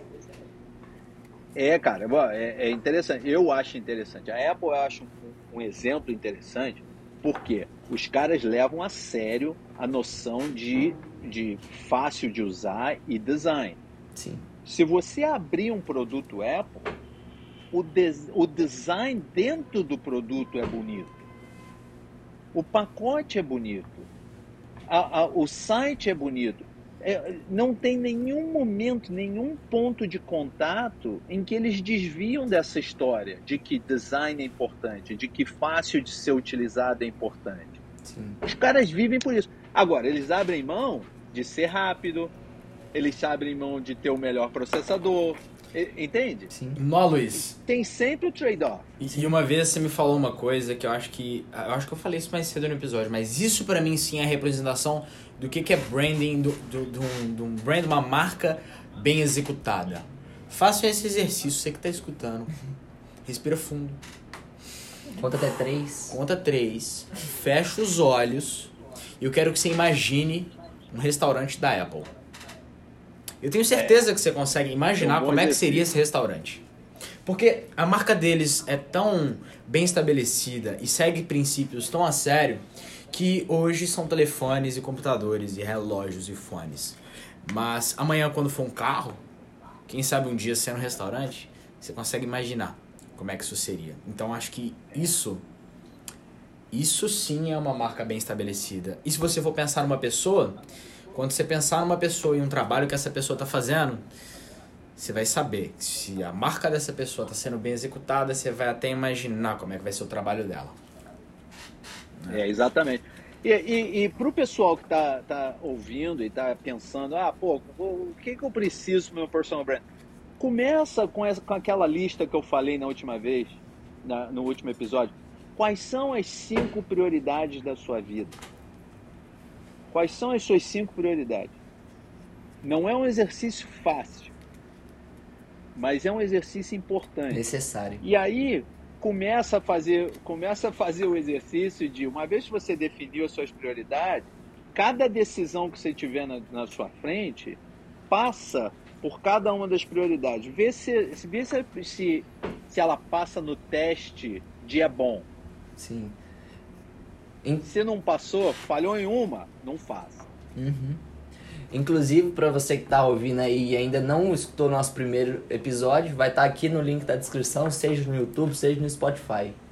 Cara, é interessante. Eu acho interessante. A Apple eu acho um exemplo interessante porque os caras levam a sério a noção de fácil de usar e design. Sim. Se você abrir um produto Apple, o design dentro do produto é bonito. O pacote é bonito. O site é bonito. Não tem nenhum momento, nenhum ponto de contato em que eles desviam dessa história de que design é importante, de que fácil de ser utilizado é importante. Sim. Os caras vivem por isso. Agora, eles abrem mão de ser rápido, eles abrem mão de ter o melhor processador, entende? Sim. Nó, Luiz. Tem sempre o trade-off. E uma vez você me falou uma coisa que eu acho que eu falei isso mais cedo no episódio, mas isso pra mim sim é a representação do que é branding, de um brand, uma marca bem executada. Faça esse exercício, você que tá escutando. Respira fundo. Conta até 3. Conta 3. Fecha os olhos. E eu quero que você imagine um restaurante da Apple. Eu tenho certeza que você consegue imaginar como é que seria esse restaurante. Porque a marca deles é tão bem estabelecida e segue princípios tão a sério que hoje são telefones e computadores e relógios e fones. Mas amanhã, quando for um carro, quem sabe um dia sendo um restaurante, você consegue imaginar como é que isso seria. Então acho que isso sim é uma marca bem estabelecida. E se você for pensar numa pessoa, quando você pensar numa pessoa e um trabalho que essa pessoa está fazendo, você vai saber se a marca dessa pessoa está sendo bem executada, você vai até imaginar como é que vai ser o trabalho dela. Exatamente. E para o pessoal que tá ouvindo e tá pensando, o que eu preciso pro meu personal brand? Começa com aquela lista que eu falei na última vez, no último episódio. Quais são as 5 prioridades da sua vida? Quais são as suas 5 prioridades? Não é um exercício fácil, mas é um exercício importante. Necessário. E aí começa a fazer o exercício de, uma vez que você definiu as suas prioridades, cada decisão que você tiver na sua frente, passa por cada uma das prioridades. Vê se ela passa no teste de é bom. Sim. Se não passou, falhou em uma, não faça. Uhum. Inclusive, para você que está ouvindo aí e ainda não escutou nosso primeiro episódio, vai estar aqui no link da descrição, seja no YouTube, seja no Spotify.